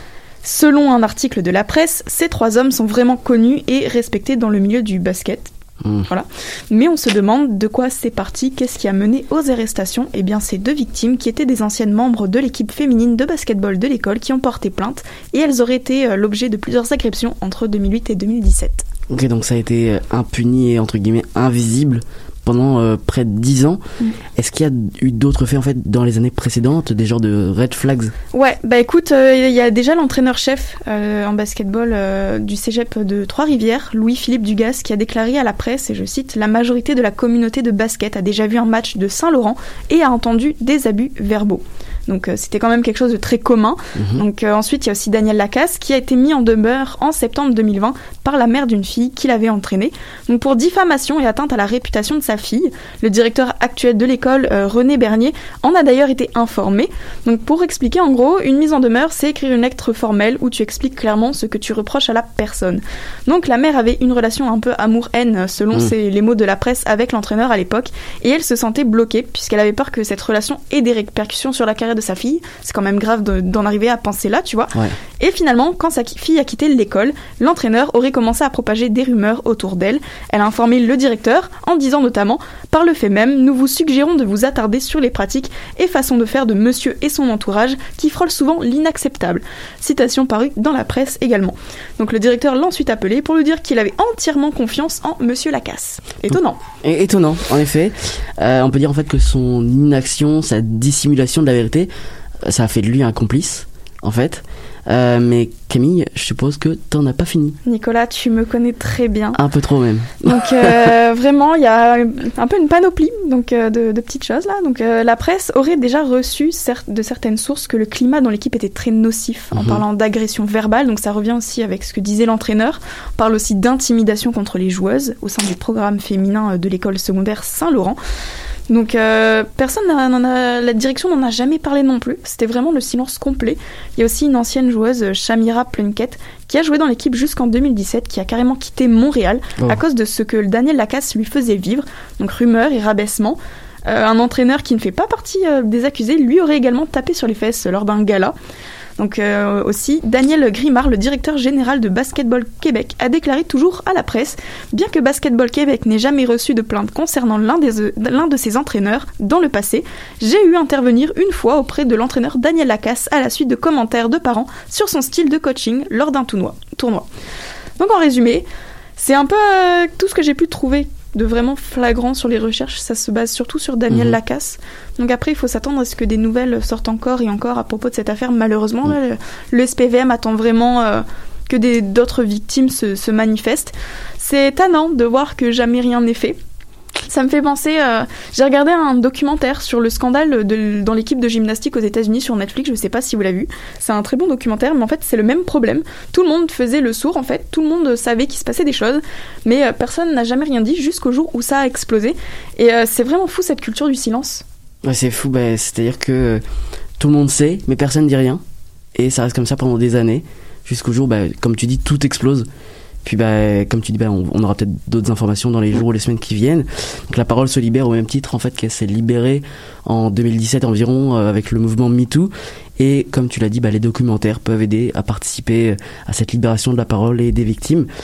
Selon un article de la presse, ces trois hommes sont vraiment connus et respectés dans le milieu du basket. Mmh. Voilà. Mais on se demande de quoi c'est parti, qu'est-ce qui a mené aux arrestations ? Eh bien, ces deux victimes qui étaient des anciennes membres de l'équipe féminine de basketball de l'école qui ont porté plainte, et elles auraient été euh, l'objet de plusieurs agressions entre deux mille huit et deux mille dix-sept. Ok, donc ça a été impuni et entre guillemets invisible pendant euh, près de dix ans. Mmh. Est-ce qu'il y a eu d'autres faits en fait dans les années précédentes, des genres de red flags ? Ouais, bah écoute, il euh, y a déjà l'entraîneur-chef euh, en basketball euh, du cégep de Trois-Rivières, Louis-Philippe Dugas, qui a déclaré à la presse, et je cite, « La majorité de la communauté de basket a déjà vu un match de Saint-Laurent et a entendu des abus verbaux ». Donc euh, c'était quand même quelque chose de très commun. Mmh. Donc euh, ensuite il y a aussi Daniel Lacasse qui a été mis en demeure en septembre deux mille vingt par la mère d'une fille qui l'avait entraîné. Donc pour diffamation et atteinte à la réputation de sa fille. Le directeur actuel de l'école, euh, René Bernier, en a d'ailleurs été informé. Donc pour expliquer en gros, une mise en demeure, c'est écrire une lettre formelle où tu expliques clairement ce que tu reproches à la personne. Donc la mère avait une relation un peu amour-haine selon mmh. ses, les mots de la presse avec l'entraîneur à l'époque, et elle se sentait bloquée puisqu'elle avait peur que cette relation ait des répercussions sur la carrière de sa fille. C'est quand même grave de, d'en arriver à penser là, tu vois. Ouais. Et finalement, quand sa fille a quitté l'école, l'entraîneur aurait commencé à propager des rumeurs autour d'elle. Elle a informé le directeur en disant notamment « Par le fait même, nous vous suggérons de vous attarder sur les pratiques et façons de faire de monsieur et son entourage qui frôlent souvent l'inacceptable ». Citation parue dans la presse également. Donc le directeur l'a ensuite appelé pour lui dire qu'il avait entièrement confiance en monsieur Lacasse. Étonnant. Et, étonnant, en effet. Euh, on peut dire en fait que son inaction, sa dissimulation de la vérité, ça a fait de lui un complice, en fait. Euh, mais Camille, je suppose que t'en as pas fini. Nicolas, tu me connais très bien. Un peu trop même. Donc euh, vraiment, il y a un peu une panoplie donc euh, de, de petites choses là. Donc euh, la presse aurait déjà reçu cer- de certaines sources que le climat dans l'équipe était très nocif, en mm-hmm. parlant d'agression verbale. Donc ça revient aussi avec ce que disait l'entraîneur. On parle aussi d'intimidation contre les joueuses au sein du programme féminin de l'école secondaire Saint-Laurent. Donc euh, personne n'en a, la direction n'en a jamais parlé non plus. C'était vraiment le silence complet. Il y a aussi une ancienne joueuse, Shamira Plunkett, qui a joué dans l'équipe jusqu'en deux mille dix-sept, qui a carrément quitté Montréal oh. à cause de ce que Daniel Lacasse lui faisait vivre. Donc rumeurs et rabaissement. Euh, un entraîneur qui ne fait pas partie euh, des accusés, lui aurait également tapé sur les fesses lors d'un gala. Donc euh, aussi, Daniel Grimard, le directeur général de Basketball Québec, a déclaré toujours à la presse « Bien que Basketball Québec n'ait jamais reçu de plainte concernant l'un, des, l'un de ses entraîneurs dans le passé, j'ai eu à intervenir une fois auprès de l'entraîneur Daniel Lacasse à la suite de commentaires de parents sur son style de coaching lors d'un tournoi. tournoi. » Donc en résumé, c'est un peu euh, tout ce que j'ai pu trouver de vraiment flagrant sur les recherches. Ça se base surtout sur Daniel mmh. Lacasse. Donc après, il faut s'attendre à ce que des nouvelles sortent encore et encore à propos de cette affaire. Malheureusement, mmh. là, le, le S P V M attend vraiment euh, que des, d'autres victimes se, se manifestent. C'est étonnant de voir que jamais rien n'est fait. Ça me fait penser... Euh, j'ai regardé un documentaire sur le scandale de, dans l'équipe de gymnastique aux États-Unis sur Netflix. Je sais pas si vous l'avez vu. C'est un très bon documentaire, mais en fait, c'est le même problème. Tout le monde faisait le sourd, en fait. Tout le monde savait qu'il se passait des choses, mais euh, personne n'a jamais rien dit jusqu'au jour où ça a explosé. Et euh, c'est vraiment fou, cette culture du silence. Ouais, c'est fou. Bah, c'est-à-dire que tout le monde sait, mais personne ne dit rien. Et ça reste comme ça pendant des années, jusqu'au jour, bah, comme tu dis, tout explose. Puis bah, comme tu dis, bah, on, on aura peut-être d'autres informations dans les jours ou les semaines qui viennent. Donc la parole se libère au même titre en fait qu'elle s'est libérée en deux mille dix-sept environ euh, avec le mouvement MeToo. Et comme tu l'as dit, bah, les documentaires peuvent aider à participer à cette libération de la parole et des victimes.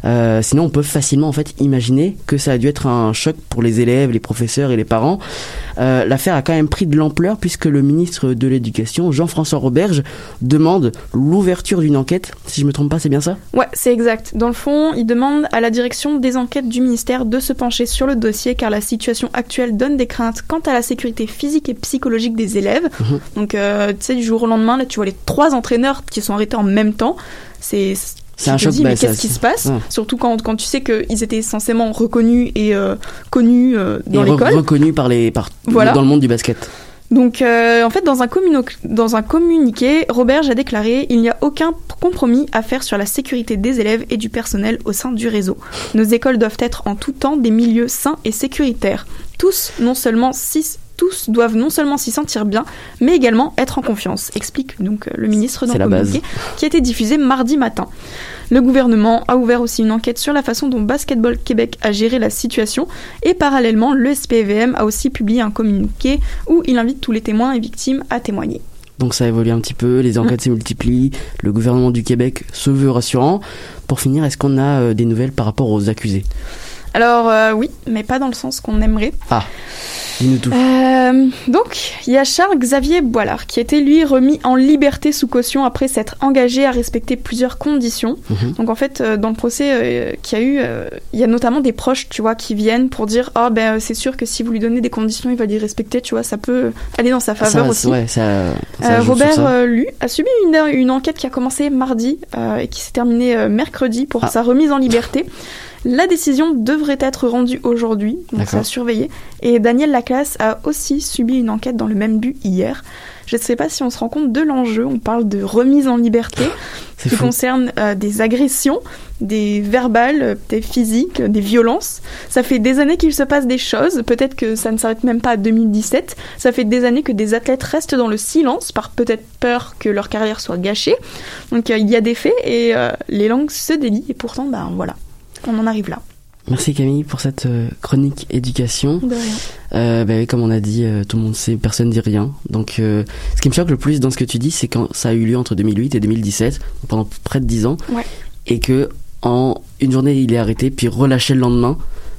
Euh, sinon, on peut facilement en fait imaginer que ça a dû être un choc pour les élèves, les professeurs et les parents. Euh, l'affaire a quand même pris de l'ampleur puisque le ministre de l'Éducation, Jean-François Roberge, demande l'ouverture d'une enquête. Si je me trompe pas, c'est bien ça ? Ouais, c'est exact. Dans le fond, il demande à la direction des enquêtes du ministère de se pencher sur le dossier car la situation actuelle donne des craintes quant à la sécurité physique et psychologique des élèves. Mmh. Donc, euh, tu sais, du jour au lendemain, là, tu vois les trois entraîneurs qui sont arrêtés en même temps. C'est... C'est un choc. Dis, bah, mais ça, qu'est-ce qui c'est... se passe ? Ouais. Surtout quand, quand tu sais qu'ils étaient censément reconnus et euh, connus euh, dans et l'école. Re- reconnus par les, par, voilà. dans le monde du basket. Donc, euh, en fait, dans un, communi- dans un communiqué, Roberge a déclaré « Il n'y a aucun compromis à faire sur la sécurité des élèves et du personnel au sein du réseau. Nos écoles doivent être en tout temps des milieux sains et sécuritaires. Tous, non seulement six... Tous doivent non seulement s'y sentir bien, mais également être en confiance, explique donc le ministre dans le communiqué qui a été diffusé mardi matin. Le gouvernement a ouvert aussi une enquête sur la façon dont Basketball Québec a géré la situation et parallèlement, le S P V M a aussi publié un communiqué où il invite tous les témoins et victimes à témoigner. Donc ça évolue un petit peu, les enquêtes mmh. se multiplient, le gouvernement du Québec se veut rassurant. Pour finir, est-ce qu'on a euh, des nouvelles par rapport aux accusés ? Alors euh, oui, mais pas dans le sens qu'on aimerait. Ah, dis-nous tout. Euh, donc, il y a Charles-Xavier Boilard qui a été lui remis en liberté sous caution après s'être engagé à respecter plusieurs conditions. Mmh. Donc en fait, euh, dans le procès euh, qu'il y a eu, euh, il y a notamment des proches, tu vois, qui viennent pour dire « Ah oh, ben c'est sûr que si vous lui donnez des conditions, il va les respecter, tu vois, ça peut aller dans sa faveur ça, aussi. » Ouais, ça, ça euh, Robert, ça. Euh, lui, a subi une, une enquête qui a commencé mardi euh, et qui s'est terminée euh, mercredi pour ah. sa remise en liberté. La décision devrait être rendue aujourd'hui, donc c'est à surveiller. Et Daniel Laclasse a aussi subi une enquête dans le même but hier. Je ne sais pas si on se rend compte de l'enjeu. On parle de remise en liberté c'est qui fou. concerne euh, des agressions, des verbales, des physiques, des violences. Ça fait des années qu'il se passe des choses. Peut-être que ça ne s'arrête même pas à deux mille dix-sept. Ça fait des années que des athlètes restent dans le silence par peut-être peur que leur carrière soit gâchée. Donc euh, il y a des faits et euh, les langues se délient. Et pourtant, ben voilà. On en arrive là. Merci Camille pour cette euh, chronique éducation. De rien. Euh, bah, comme on a dit, euh, tout le monde sait, personne ne dit rien. Donc, euh, ce qui me choque le plus dans ce que tu dis, c'est quand ça a eu lieu entre deux mille huit et deux mille dix-sept, pendant près de dix ans, ouais. et que en une journée il est arrêté, puis relâché le lendemain.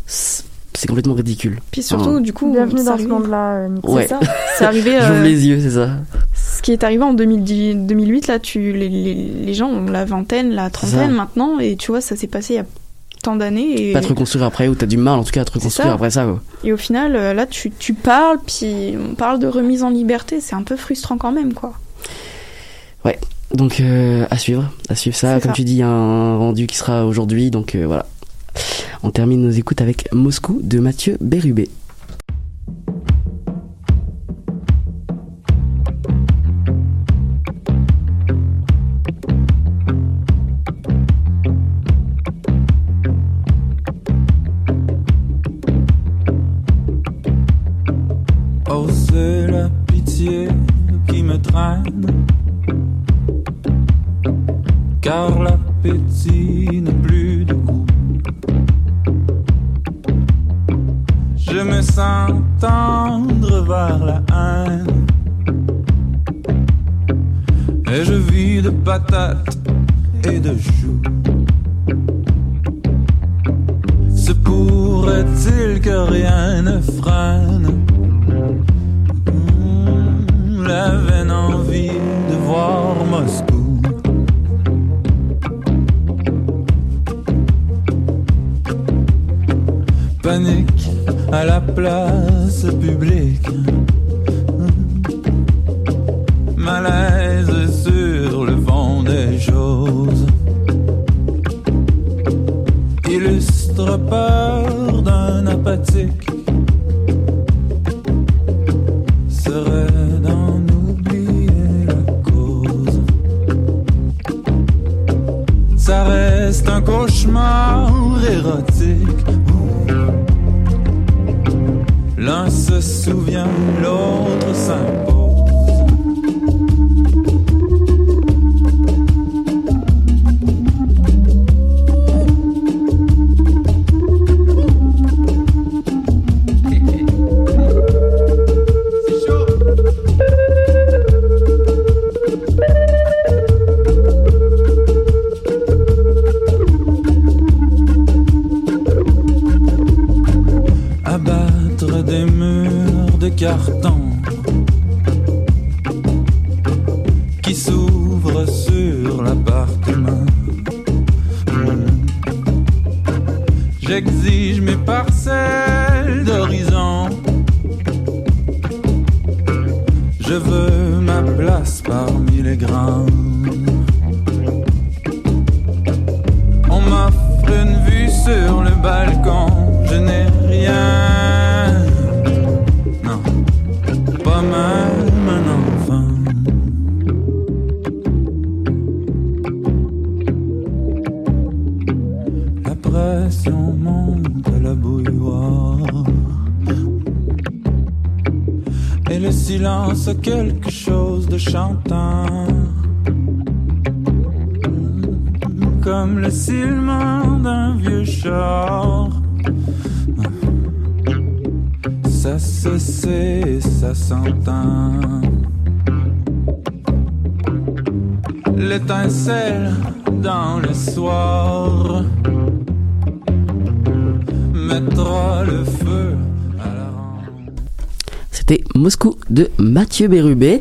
C'est complètement ridicule. Puis surtout, enfin, du coup, bienvenue dans ce monde-là. Euh, ouais. C'est ça. C'est arrivé. J'ouvre euh, les yeux, c'est ça. Ce qui est arrivé en deux mille huit, là, tu les, les, les gens ont la vingtaine, la trentaine maintenant, et tu vois, ça s'est passé il y a tant d'années. Et... Pas te reconstruire après, ou t'as du mal en tout cas à te reconstruire après ça. Quoi. Et au final, là, tu, tu parles, puis on parle de remise en liberté, c'est un peu frustrant quand même, quoi. Ouais, donc euh, à suivre, à suivre ça. C'est Comme ça. tu dis, il y a un rendu qui sera aujourd'hui, donc euh, voilà. On termine nos écoutes avec Moscou de Mathieu Bérubé. Oh, c'est la pitié qui me traîne, car l'appétit n'a plus de goût. Je me sens tendre vers la haine, et je vis de patates et de choux. Se pourrait-il que rien ne freine mmh, la vaine envie de voir Moscou? Panique à la place publique, malaise sur le fond des choses, illustre peur d'un apathique, serait d'en oublier la cause. Ça reste un cauchemar érotique, l'un se souvient, l'autre s'impose. carton qui s'ouvre sur l'appartement. Mmh. J'exige mes parcelles d'horizon. Je veux ma place parmi les grands. On m'offre une vue sur le balcon. Je n'ai rien, non, pas même un enfant. La pression monte à la bouilloire et le silence a quelque chose de chantant, comme le sifflement d'un vieux char. Ça se sait, ça s'entend. L'étincelle dans le soir mettra le feu à la rampe. C'était Moscou de Mathieu Bérubé.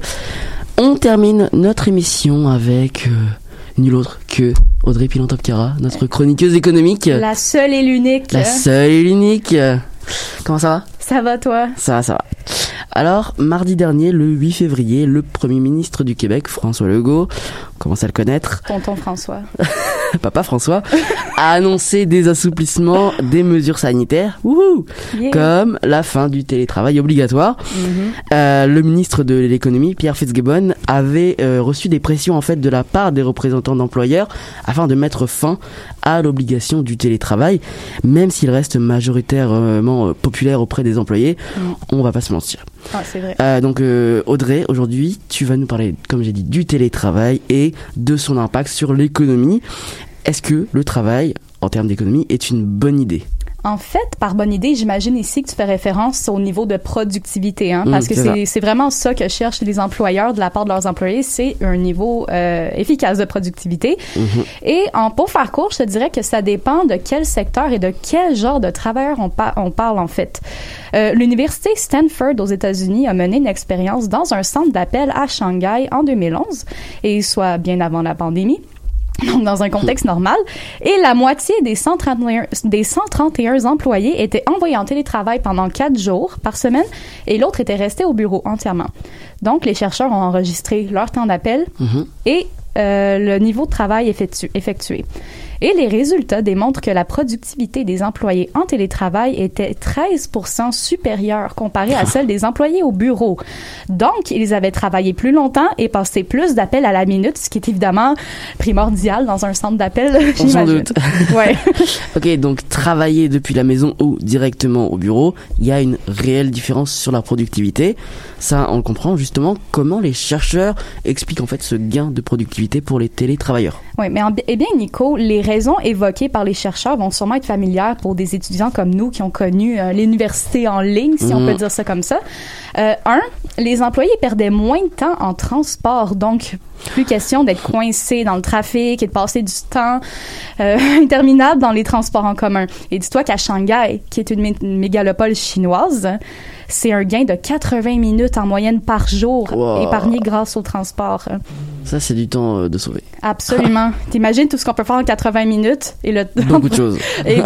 On termine notre émission avec euh, nul autre que Audrey Pilantop-Cara, notre chroniqueuse économique. La seule et l'unique. La seule et l'unique. Comment ça va? Ça va, toi? Ça va, ça va. Alors, mardi dernier, le huit février, le Premier ministre du Québec, François Legault, on commence à le connaître. Tonton François. Papa François, a annoncé des assouplissements des mesures sanitaires, wouhou, yeah. Comme la fin du télétravail obligatoire. Mm-hmm. Euh, le ministre de l'économie, Pierre Fitzgibbon, avait euh, reçu des pressions en fait de la part des représentants d'employeurs afin de mettre fin à l'obligation du télétravail, même s'il reste majoritairement euh, populaire auprès des employés. Mm. On va pas se mentir. Ah, c'est vrai. Euh, donc euh, Audrey, aujourd'hui, tu vas nous parler, comme j'ai dit, du télétravail et de son impact sur l'économie. Est-ce que le travail, en termes d'économie, est une bonne idée? En fait, par bonne idée, j'imagine ici que tu fais référence au niveau de productivité, hein, parce mmh, que c'est, c'est vraiment ça que cherchent les employeurs de la part de leurs employés, c'est un niveau euh, efficace de productivité. Mmh. Et en pour faire court, je te dirais que ça dépend de quel secteur et de quel genre de travailleur on, pa- on parle en fait. Euh, l'université Stanford aux États-Unis a mené une expérience dans un centre d'appel à Shanghai en deux mille onze, et soit bien avant la pandémie. Donc, dans un contexte normal. Et la moitié des cent trente et un, des cent trente et un employés étaient envoyés en télétravail pendant quatre jours par semaine et l'autre était resté au bureau entièrement. Donc, les chercheurs ont enregistré leur temps d'appel mm-hmm. et euh, le niveau de travail effectu- effectué. Et les résultats démontrent que la productivité des employés en télétravail était treize pour cent supérieure comparée à celle des employés au bureau. Donc, ils avaient travaillé plus longtemps et passé plus d'appels à la minute, ce qui est évidemment primordial dans un centre d'appel, j'imagine. Sans doute. Ouais. Ok, donc travailler depuis la maison ou directement au bureau, il y a une réelle différence sur la productivité. Ça, on le comprend justement. Comment les chercheurs expliquent en fait ce gain de productivité pour les télétravailleurs? Oui, mais en, eh bien, Nico, les raisons évoquées par les chercheurs vont sûrement être familières pour des étudiants comme nous qui ont connu euh, l'université en ligne, si mmh. on peut dire ça comme ça. Euh, un, les employés perdaient moins de temps en transport, donc plus question d'être coincés dans le trafic et de passer du temps euh, interminable dans les transports en commun. Et dis-toi qu'à Shanghai, qui est une, mé- une mégalopole chinoise, c'est un gain de quatre-vingts minutes en moyenne par jour, wow. épargné grâce au transport. Ça, c'est du temps euh, de sauver. Absolument. T'imagines tout ce qu'on peut faire en quatre-vingts minutes et le beaucoup de choses et, et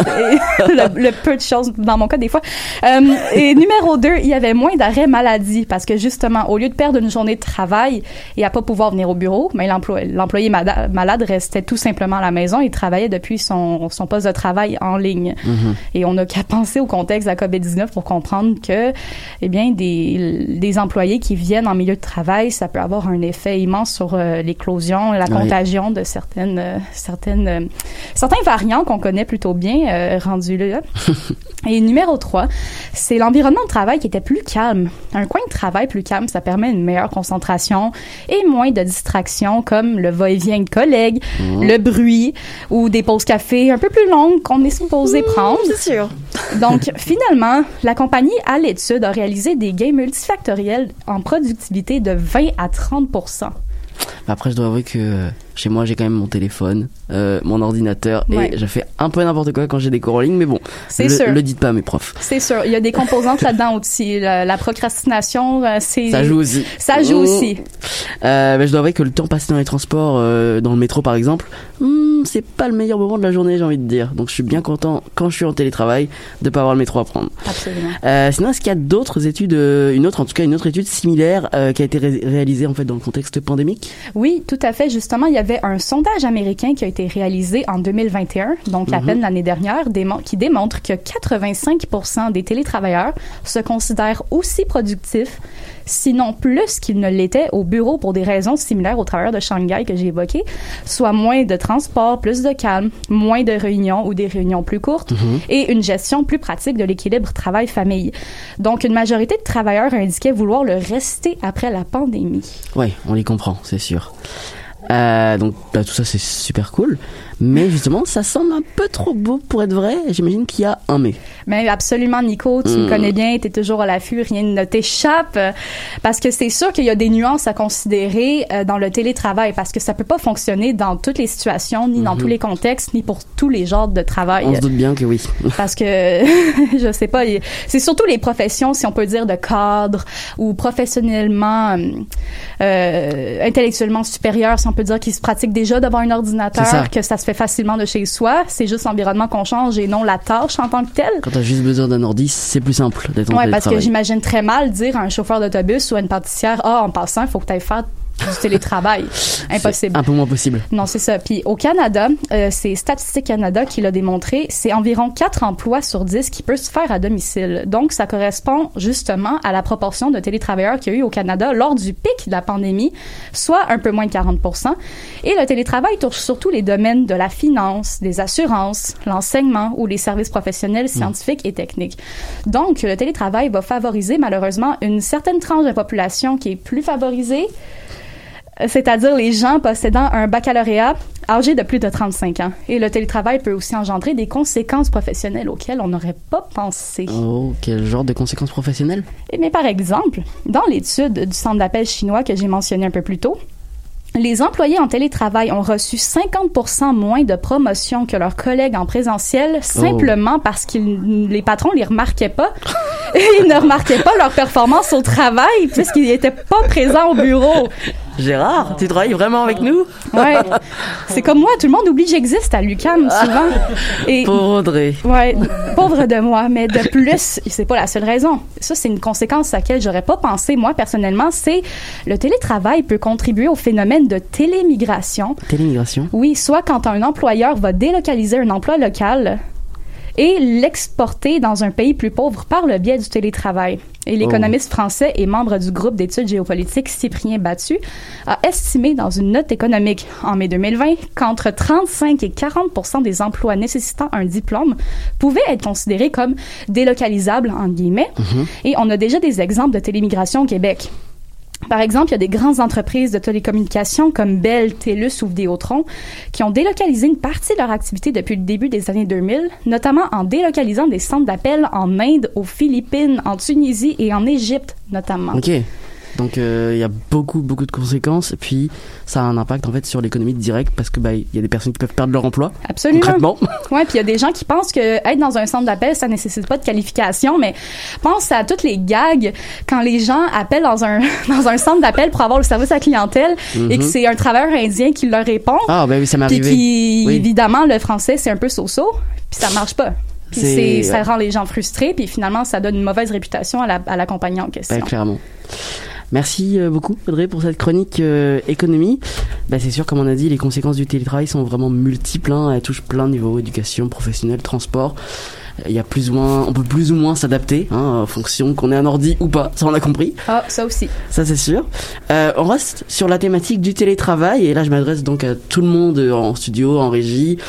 le, le peu de choses dans mon cas des fois. Euh, et numéro deux, il y avait moins d'arrêts maladie parce que justement, au lieu de perdre une journée de travail et à pas pouvoir venir au bureau, mais l'employé, l'employé malade restait tout simplement à la maison et travaillait depuis son, son poste de travail en ligne. Mm-hmm. Et on n'a qu'à penser au contexte de la covid dix-neuf pour comprendre que, eh bien, des, des employés qui viennent en milieu de travail, ça peut avoir un effet immense sur euh, l'éclosion, la contagion oui. de certaines, euh, certaines, euh, certains variants qu'on connaît plutôt bien euh, rendus là. Et numéro trois, c'est l'environnement de travail qui était plus calme. Un coin de travail plus calme, ça permet une meilleure concentration et moins de distractions comme le va-et-vient de collègues, mmh. le bruit ou des pauses café un peu plus longues qu'on est supposé mmh, prendre. C'est sûr. Donc, finalement, la compagnie à l'étude a réalisé des gains multifactoriels en productivité de vingt à trente pour cent. Après, je dois avouer que Chez moi, j'ai quand même mon téléphone, euh, mon ordinateur, Ouais. et je fais un peu n'importe quoi quand j'ai des cours en ligne, mais bon, C'est le, sûr. le dites pas à mes profs. C'est sûr. Il y a des composantes là-dedans aussi. La, la procrastination, euh, c'est... Ça joue aussi. Ça joue Mmh. aussi. Euh, bah, je dois avouer que le temps passé dans les transports, euh, dans le métro par exemple, hmm, c'est pas le meilleur moment de la journée, j'ai envie de dire. Donc je suis bien content quand je suis en télétravail de pas avoir le métro à prendre. Absolument. Euh, sinon, est-ce qu'il y a d'autres études, euh, une autre en tout cas, une autre étude similaire euh, qui a été ré- réalisée en fait dans le contexte pandémique? Oui, tout à fait. Justement, il y avait un sondage américain qui a été réalisé en deux mille vingt et un, donc à Mhm. peine l'année dernière, démon- qui démontre que quatre-vingt-cinq pour cent des télétravailleurs se considèrent aussi productifs, sinon plus qu'ils ne l'étaient au bureau pour des raisons similaires aux travailleurs de Shanghai que j'ai évoquées, soit moins de transport, plus de calme, moins de réunions ou des réunions plus courtes, Mhm. et une gestion plus pratique de l'équilibre travail-famille. Donc, une majorité de travailleurs indiquaient vouloir le rester après la pandémie. Oui, on les comprend, c'est sûr. Euh, donc bah, tout ça c'est super cool, mais justement ça semble un peu trop beau pour être vrai. J'imagine qu'il y a un mais. Mais absolument, Nico, tu Mm. me connais bien, tu es toujours à l'affût, rien ne t'échappe, euh, parce que c'est sûr qu'il y a des nuances à considérer euh, dans le télétravail, parce que ça peut pas fonctionner dans toutes les situations, ni dans Mhm. tous les contextes, ni pour tous les genres de travail. On se doute bien que oui. Parce que, je sais pas, il- c'est surtout les professions, si on peut dire, de cadre ou professionnellement, euh, euh, intellectuellement supérieurs, si on peut dire, qui se pratiquent déjà devant un C'est ça. ordinateur, que ça se fait facilement de chez soi. C'est juste l'environnement qu'on change et non la tâche en tant que telle. Quand t'as juste besoin d'un ordi, c'est plus simple d'être en Ouais, parce que télétravail. j'imagine très mal dire à un chauffeur d'autobus ou à une pâtissière, ah, en passant, il faut que tu ailles faire du télétravail. Impossible. C'est un peu moins possible. Non, c'est ça. Puis au Canada, euh, c'est Statistique Canada qui l'a démontré, c'est environ quatre emplois sur dix qui peuvent se faire à domicile. Donc, ça correspond justement à la proportion de télétravailleurs qu'il y a eu au Canada lors du pic de la pandémie, soit un peu moins de quarante pour cent. Et le télétravail touche surtout les domaines de la finance, des assurances, l'enseignement ou les services professionnels, scientifiques et techniques. Donc, le télétravail va favoriser malheureusement une certaine tranche de la population qui est plus favorisée, c'est-à-dire les gens possédant un baccalauréat âgés de plus de trente-cinq ans. Et le télétravail peut aussi engendrer des conséquences professionnelles auxquelles on n'aurait pas pensé. Oh, quel genre de conséquences professionnelles? Eh bien, par exemple, dans l'étude du centre d'appel chinois que j'ai mentionné un peu plus tôt, les employés en télétravail ont reçu cinquante pour cent moins de promotions que leurs collègues en présentiel, simplement oh. parce que les patrons les remarquaient pas. Ils ne remarquaient pas leur performance au travail puisqu'ils n'étaient pas présents au bureau. Gérard, tu travailles vraiment avec nous? Ouais. C'est comme moi, tout le monde oublie que j'existe à l'U Q A M souvent. Et, pauvre Audrey. Ouais, pauvre de moi. Mais de plus, c'est pas la seule raison. Ça, c'est une conséquence à laquelle j'aurais pas pensé, moi, personnellement. C'est le télétravail peut contribuer au phénomène de télémigration. Télémigration? Oui, soit quand un employeur va délocaliser un emploi local et l'exporter dans un pays plus pauvre par le biais du télétravail. Et l'économiste oh. français et membre du groupe d'études géopolitiques Cyprien Battu a estimé dans une note économique en mai deux mille vingt qu'entre trente-cinq et quarante pour cent des emplois nécessitant un diplôme pouvaient être considérés comme délocalisables, en guillemets. Mm-hmm. Et on a déjà des exemples de télémigration au Québec. Par exemple, il y a des grandes entreprises de télécommunications comme Bell, TELUS ou Vidéotron qui ont délocalisé une partie de leur activité depuis le début des années deux mille, notamment en délocalisant des centres d'appel en Inde, aux Philippines, en Tunisie et en Égypte, notamment. OK. Donc il euh, y a beaucoup beaucoup de conséquences et puis ça a un impact en fait sur l'économie directe parce que bah il y a des personnes qui peuvent perdre leur emploi. Absolument. Concrètement. Ouais, puis il y a des gens qui pensent que être dans un centre d'appel ça nécessite pas de qualification, mais pense à toutes les gags quand les gens appellent dans un dans un centre d'appel pour avoir le service à la clientèle mm-hmm. et que c'est un travailleur indien qui leur répond. Ah ben oui, ça m'est arrivé. Puis qui oui. évidemment le français c'est un peu so-so, puis ça marche pas. Puis c'est, c'est, ça ouais. rend les gens frustrés, puis finalement ça donne une mauvaise réputation à la à la compagnie en question. Ben, clairement. Merci beaucoup Audrey pour cette chronique euh, économie. Ben, c'est sûr, comme on a dit, les conséquences du télétravail sont vraiment multiples, hein. Elles touchent plein de niveaux, éducation, professionnel, transport. Il y a plus ou moins, on peut plus ou moins s'adapter hein, en fonction qu'on ait un ordi ou pas, ça on a compris. Ah, ça aussi. Ça c'est sûr. Euh, on reste sur la thématique du télétravail et là je m'adresse donc à tout le monde en studio, en régie.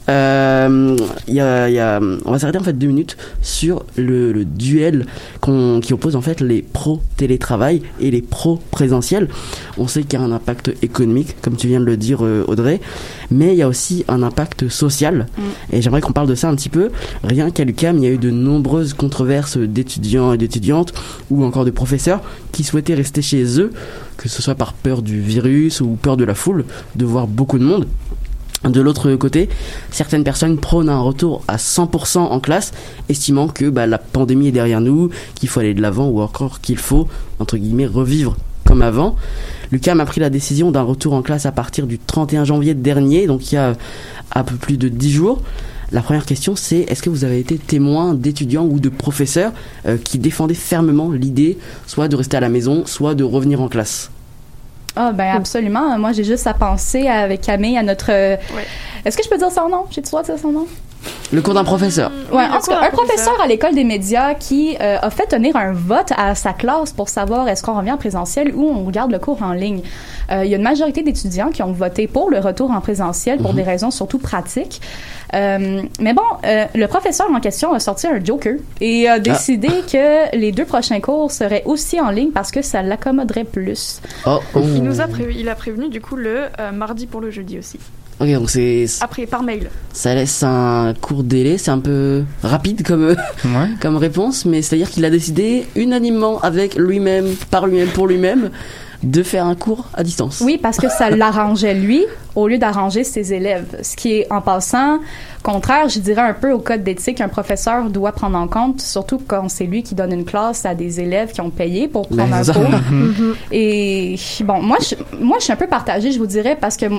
Euh, y a, y a, on va s'arrêter en fait deux minutes sur le, le duel qu'on, qui oppose en fait les pro-télétravail et les pro-présentiel. On sait qu'il y a un impact économique, comme tu viens de le dire Audrey, mais il y a aussi un impact social. Mm. Et j'aimerais qu'on parle de ça un petit peu. Rien qu'à l'U Q A M, il y a eu de nombreuses controverses d'étudiants et d'étudiantes ou encore de professeurs qui souhaitaient rester chez eux, que ce soit par peur du virus ou peur de la foule, de voir beaucoup de monde. De l'autre côté, certaines personnes prônent un retour à cent pour cent en classe, estimant que bah, la pandémie est derrière nous, qu'il faut aller de l'avant ou encore qu'il faut, entre guillemets, revivre comme avant. L'U Q A M a pris la décision d'un retour en classe à partir du trente et un janvier dernier, donc il y a un peu plus de dix jours. La première question, c'est est-ce que vous avez été témoin d'étudiants ou de professeurs euh, qui défendaient fermement l'idée soit de rester à la maison, soit de revenir en classe? Ah, ben absolument. Moi, j'ai juste à penser avec Camille à notre... Euh... Ouais. Est-ce que je peux dire son nom? J'ai-tu le droit de dire son nom? Le cours d'un professeur. Ouais, en tout cas, un professeur à l'école des médias qui euh, a fait tenir un vote à sa classe pour savoir est-ce qu'on revient en présentiel ou on regarde le cours en ligne. Euh, il y a une majorité d'étudiants qui ont voté pour le retour en présentiel pour mm-hmm. des raisons surtout pratiques. Euh, mais bon, euh, le professeur en question a sorti un joker et a décidé ah. que les deux prochains cours seraient aussi en ligne parce que ça l'accommoderait plus. Oh, oh. Il nous a prévu, il a prévenu du coup le euh, mardi pour le jeudi aussi. Ok, donc c'est... Après, par mail. Ça laisse un court délai, c'est un peu rapide comme, ouais. comme réponse, mais c'est-à-dire qu'il a décidé unanimement avec lui-même, par lui-même, pour lui-même, de faire un cours à distance. Oui, parce que ça l'arrangeait lui, au lieu d'arranger ses élèves. Ce qui est, en passant, contraire, je dirais un peu au code d'éthique qu'un professeur doit prendre en compte, surtout quand c'est lui qui donne une classe à des élèves qui ont payé pour prendre Mais un ça. cours. Mm-hmm. Et bon, moi je, moi, je suis un peu partagée, je vous dirais, parce que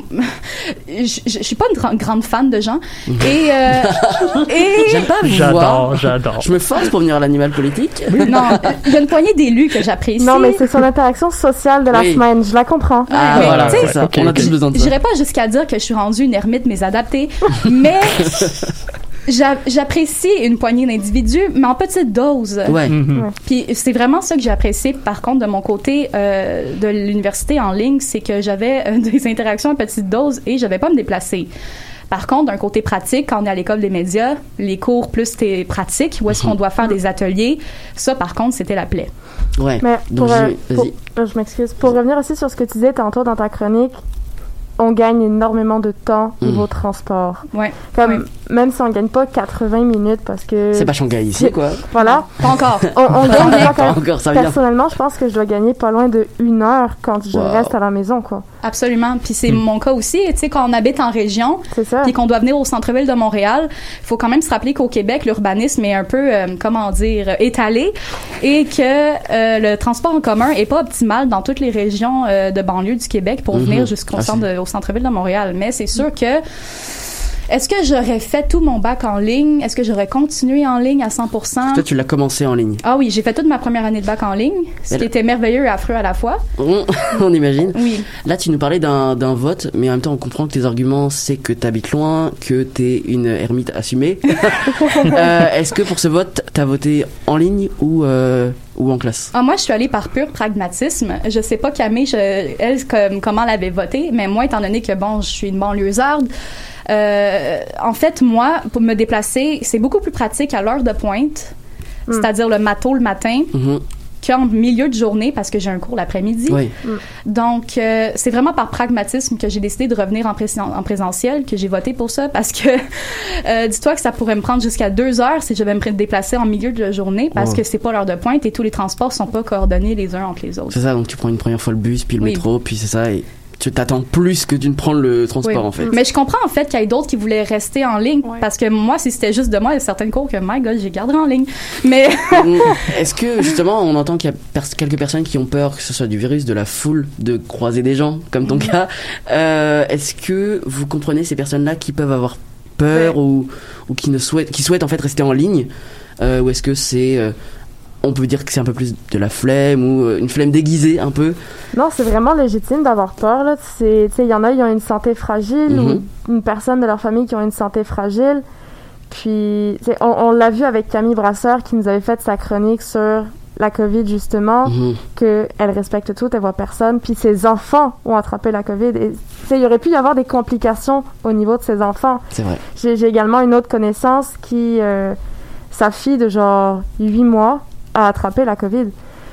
je, je, je suis pas une gra- grande fan de gens. Et, euh, et... J'aime pas vous j'adore, voir. J'adore, Je me force pour venir à l'animal politique. Non, il y a une poignée d'élus que j'apprécie. Non, mais c'est son interaction sociale de la oui. semaine, je la comprends. Ah, mais, voilà, c'est ça. Okay, on a tous besoin de ça. J'irais pas jusqu'à dire que je suis rendue une ermite mais adaptée, mais j'a- j'apprécie une poignée d'individus, mais en petite dose. Ouais. Mm-hmm. Puis c'est vraiment ça que j'ai apprécié, par contre, de mon côté euh, de l'université en ligne, c'est que j'avais euh, des interactions à petite dose et je n'avais pas à me déplacer. Par contre, d'un côté pratique, quand on est à l'école des médias, les cours plus t'es pratique, où est-ce qu'on doit faire des ateliers, ça, par contre, c'était la plaie. Ouais. Mais Donc, pour, je... euh, pour, euh, je m'excuse. Pour revenir aussi sur ce que tu disais tantôt dans ta chronique, on gagne énormément de temps mmh. niveau transport. Ouais. Comme, ouais. Même si on gagne pas quatre-vingts minutes parce que... C'est pas Shanghai ici, quoi. Voilà. Pas encore. On, on gagne pas quand même. Encore, ça Personnellement, je pense que je dois gagner pas loin de une heure quand je wow. reste à la maison, quoi. Absolument. Puis c'est mmh. mon cas aussi. Tu sais, quand on habite en région, puis qu'on doit venir au centre-ville de Montréal, il faut quand même se rappeler qu'au Québec, l'urbanisme est un peu, euh, comment dire, étalé et que euh, le transport en commun est pas optimal dans toutes les régions euh, de banlieue du Québec pour mmh. venir jusqu'au ah, centre de, au centre-ville de Montréal. Mais c'est sûr que est-ce que j'aurais fait tout mon bac en ligne? Est-ce que j'aurais continué en ligne à cent pour cent? Toi, tu l'as commencé en ligne. Ah oui, j'ai fait toute ma première année de bac en ligne, ce mais qui là... était merveilleux et affreux à la fois. On, on imagine. Oui. Là, tu nous parlais d'un, d'un vote, mais en même temps, on comprend que tes arguments, c'est que t'habites loin, que t'es une ermite assumée. euh, est-ce que pour ce vote, t'as voté en ligne ou... Euh... ou en classe? Ah, moi, je suis allée par pur pragmatisme. Je sais pas, Camille, je, elle, comme, comment elle avait voté, mais moi, étant donné que, bon, je suis une banlieusarde, euh, en fait, moi, pour me déplacer, c'est beaucoup plus pratique à l'heure de pointe, mm. c'est-à-dire le matin, le matin, mm-hmm. qu'en milieu de journée, parce que j'ai un cours l'après-midi. Oui. Mm. Donc, euh, c'est vraiment par pragmatisme que j'ai décidé de revenir en, pré- en présentiel, que j'ai voté pour ça, parce que euh, dis-toi que ça pourrait me prendre jusqu'à deux heures si je devais me déplacer en milieu de journée, parce wow. que c'est pas l'heure de pointe et tous les transports sont pas coordonnés les uns entre les autres. C'est ça, donc tu prends une première fois le bus, puis le oui. métro, puis c'est ça, et tu t'attends plus que de prendre le transport, oui. en fait. Mais je comprends, en fait, qu'il y ait d'autres qui voulaient rester en ligne, ouais. parce que moi, si c'était juste de moi, il y a certaines cours que, my God, j'ai gardé en ligne. Mais... Est-ce que, justement, on entend qu'il y a pers- quelques personnes qui ont peur, que ce soit du virus, de la foule, de croiser des gens, comme ton cas. Euh, est-ce que vous comprenez ces personnes-là qui peuvent avoir peur ouais. ou, ou qui, ne souhaitent, qui souhaitent, en fait, rester en ligne euh, ou est-ce que c'est... Euh, on peut dire que c'est un peu plus de la flemme ou une flemme déguisée un peu. Non, c'est vraiment légitime d'avoir peur, là. C'est, tu sais, il y en a, ils ont une santé fragile mm-hmm. ou une personne de leur famille qui ont une santé fragile. Puis, on, on l'a vu avec Camille Brasseur qui nous avait fait sa chronique sur la COVID, justement, mm-hmm. qu'elle respecte tout, elle voit personne. Puis ses enfants ont attrapé la COVID et sais, il y aurait pu y avoir des complications au niveau de ses enfants. C'est vrai. J'ai, j'ai également une autre connaissance qui, euh, sa fille de genre huit mois a attrapé la COVID.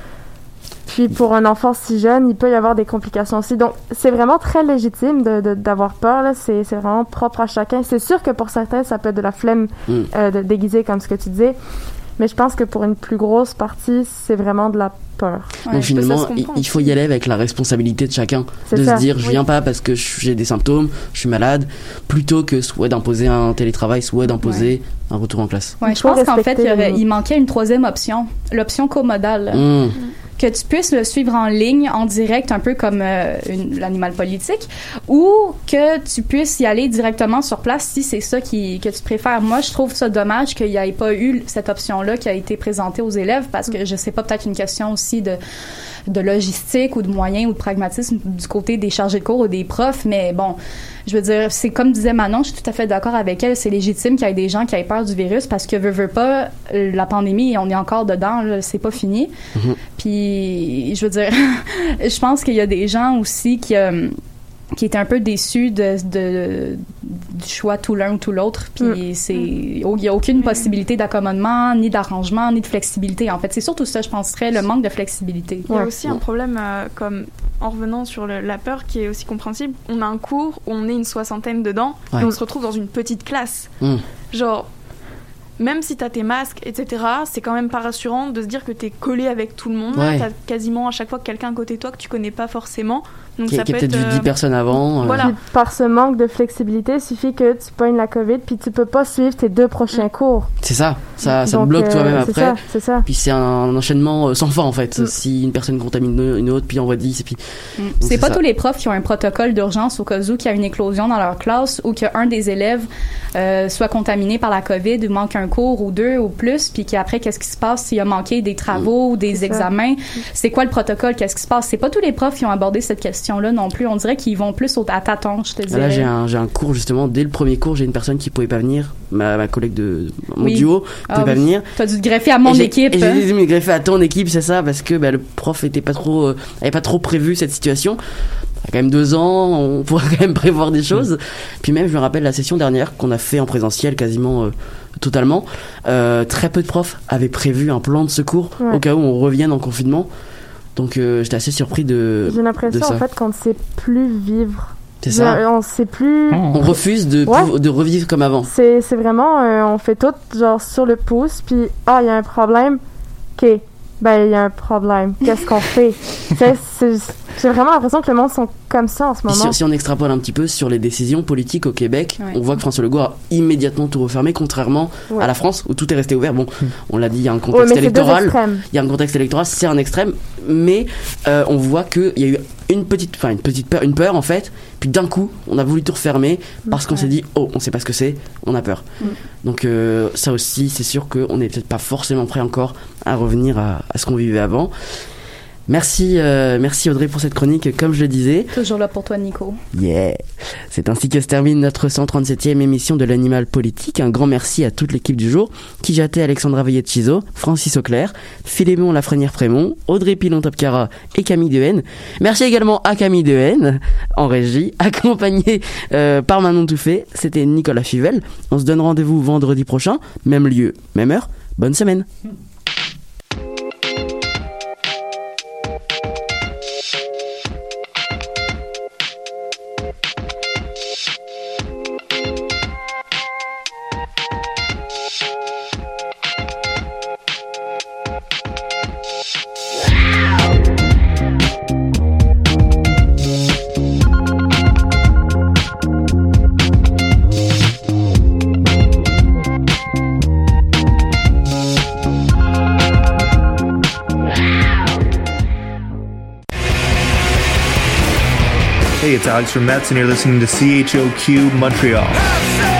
Puis pour un enfant si jeune, il peut y avoir des complications aussi. Donc, c'est vraiment très légitime de, de, d'avoir peur. Là. C'est, c'est vraiment propre à chacun. C'est sûr que pour certains, ça peut être de la flemme mm. euh, de déguiser, comme ce que tu disais. Mais je pense que pour une plus grosse partie, c'est vraiment de la peur. Ouais, donc finalement, il, il faut y aller avec la responsabilité de chacun. C'est de ça. se dire, je oui. viens pas parce que j'ai des symptômes, je suis malade, plutôt que soit d'imposer un télétravail, soit d'imposer ouais. un retour en classe. Ouais, je pense qu'en fait, il, y aurait, il manquait une troisième option, l'option comodale. Mmh. Mmh. Que tu puisses le suivre en ligne, en direct, un peu comme euh, une, l'animal politique, ou que tu puisses y aller directement sur place si c'est ça qui, que tu préfères. Moi, je trouve ça dommage qu'il n'y ait pas eu cette option-là qui a été présentée aux élèves, parce que je sais pas, peut-être une question aussi de, de logistique ou de moyens ou de pragmatisme du côté des chargés de cours ou des profs, mais bon, je veux dire, c'est comme disait Manon, je suis tout à fait d'accord avec elle, c'est légitime qu'il y ait des gens qui aient peur du virus, parce que veut, veut pas, la pandémie, on est encore dedans, là, c'est pas fini. Mm-hmm. Puis, je veux dire, je pense qu'il y a des gens aussi qui, euh, qui étaient un peu déçus de, de, du choix tout l'un ou tout l'autre. Puis, mm. c'est, il n'y a aucune possibilité d'accommodement, ni d'arrangement, ni de flexibilité. En fait, c'est surtout ça, je penserais, le manque de flexibilité. Il y a aussi un problème, euh, comme en revenant sur le, la peur, qui est aussi compréhensible. On a un cours où on est une soixantaine dedans, ouais. et on se retrouve dans une petite classe. Mm. Genre, même si t'as tes masques, et cetera, c'est quand même pas rassurant de se dire que t'es collé avec tout le monde. Ouais. T'as quasiment à chaque fois quelqu'un à côté de toi que tu connais pas forcément. Donc qui, ça qui peut a peut-être être, vu euh... dix personnes avant. Euh... Voilà. Puis par ce manque de flexibilité, il suffit que tu pognes la COVID puis tu peux pas suivre tes deux prochains mmh. cours. C'est ça. Ça, ça Donc, te bloque euh, toi-même c'est après. Ça, c'est ça. Puis c'est un, un enchaînement sans fin en fait. Mmh. Si une personne contamine une autre, puis envoie dix, et puis. Mmh. C'est, c'est pas ça. Tous les profs qui ont un protocole d'urgence au cas où qu'il y a une éclosion dans leur classe ou qu'un des élèves euh, soit contaminé par la COVID ou manque un cours ou deux ou plus, puis qu'après, qu'est-ce qui se passe s'il a manqué des travaux ou mmh. des c'est examens? Ça. C'est quoi le protocole? Qu'est-ce qui se passe? C'est pas tous les profs qui ont abordé cette question-là non plus. On dirait qu'ils vont plus au, à tâtons, je te dirais. Là, j'ai un, j'ai un cours, justement, dès le premier cours, j'ai une personne qui pouvait pas venir, ma, ma collègue de mon oui. duo, ah, pouvait oui. pas venir. Tu as dû te greffer à mon et équipe. Et j'ai dû me greffer à ton équipe, c'est ça, parce que bah, le prof était pas trop, euh, avait pas trop prévu cette situation. Il y a quand même deux ans, on pourrait quand même prévoir des choses. Mmh. Puis même, je me rappelle la session dernière qu'on a fait en présentiel quasiment euh, totalement. Euh, très peu de profs avaient prévu un plan de secours ouais. au cas où on revienne en confinement. Donc euh, j'étais assez surpris de J'ai l'impression de ça. en fait qu'on ne sait plus vivre. C'est ça. Je, on sait plus. On refuse de ouais. de revivre comme avant. C'est c'est vraiment euh, on fait tout genre sur le pouce puis ah il y a un problème. OK. Ben il y a un problème. Qu'est-ce qu'on fait? c'est, c'est, j'ai vraiment l'impression que le monde sont comme ça en ce moment. Si, si on extrapole un petit peu sur les décisions politiques au Québec, ouais. on voit que François Legault a immédiatement tout refermé, contrairement ouais. à la France où tout est resté ouvert. Bon, on l'a dit, il y a un contexte ouais, électoral. Il y a un contexte électoral, c'est un extrême, mais euh, on voit qu'il y a eu une petite, enfin une petite peur, une peur en fait. Puis d'un coup, on a voulu tout refermer parce qu'on ouais. s'est dit, oh, on sait pas ce que c'est, on a peur. Mm. Donc euh, ça aussi, c'est sûr qu'on n'est peut-être pas forcément prêt encore à revenir à, à ce qu'on vivait avant. Merci, euh, merci Audrey pour cette chronique, comme je le disais. Toujours là pour toi, Nico. Yeah. C'est ainsi que se termine notre cent trente-septième émission de l'Animal Politique. Un grand merci à toute l'équipe du jour, qui j'étais Alexandra Veillet-Chizo, Francis Auclair, Philémon Lafrenière-Prémont, Audrey Pilon-Topcara et Camille Dehaene. Merci également à Camille Dehaene, en régie, accompagnée euh, par Manon Touffet. C'était Nicolas Fivel. On se donne rendez-vous vendredi prochain, même lieu, même heure. Bonne semaine. Hey, it's Alex from Mets, and you're listening to C H O Q Montreal.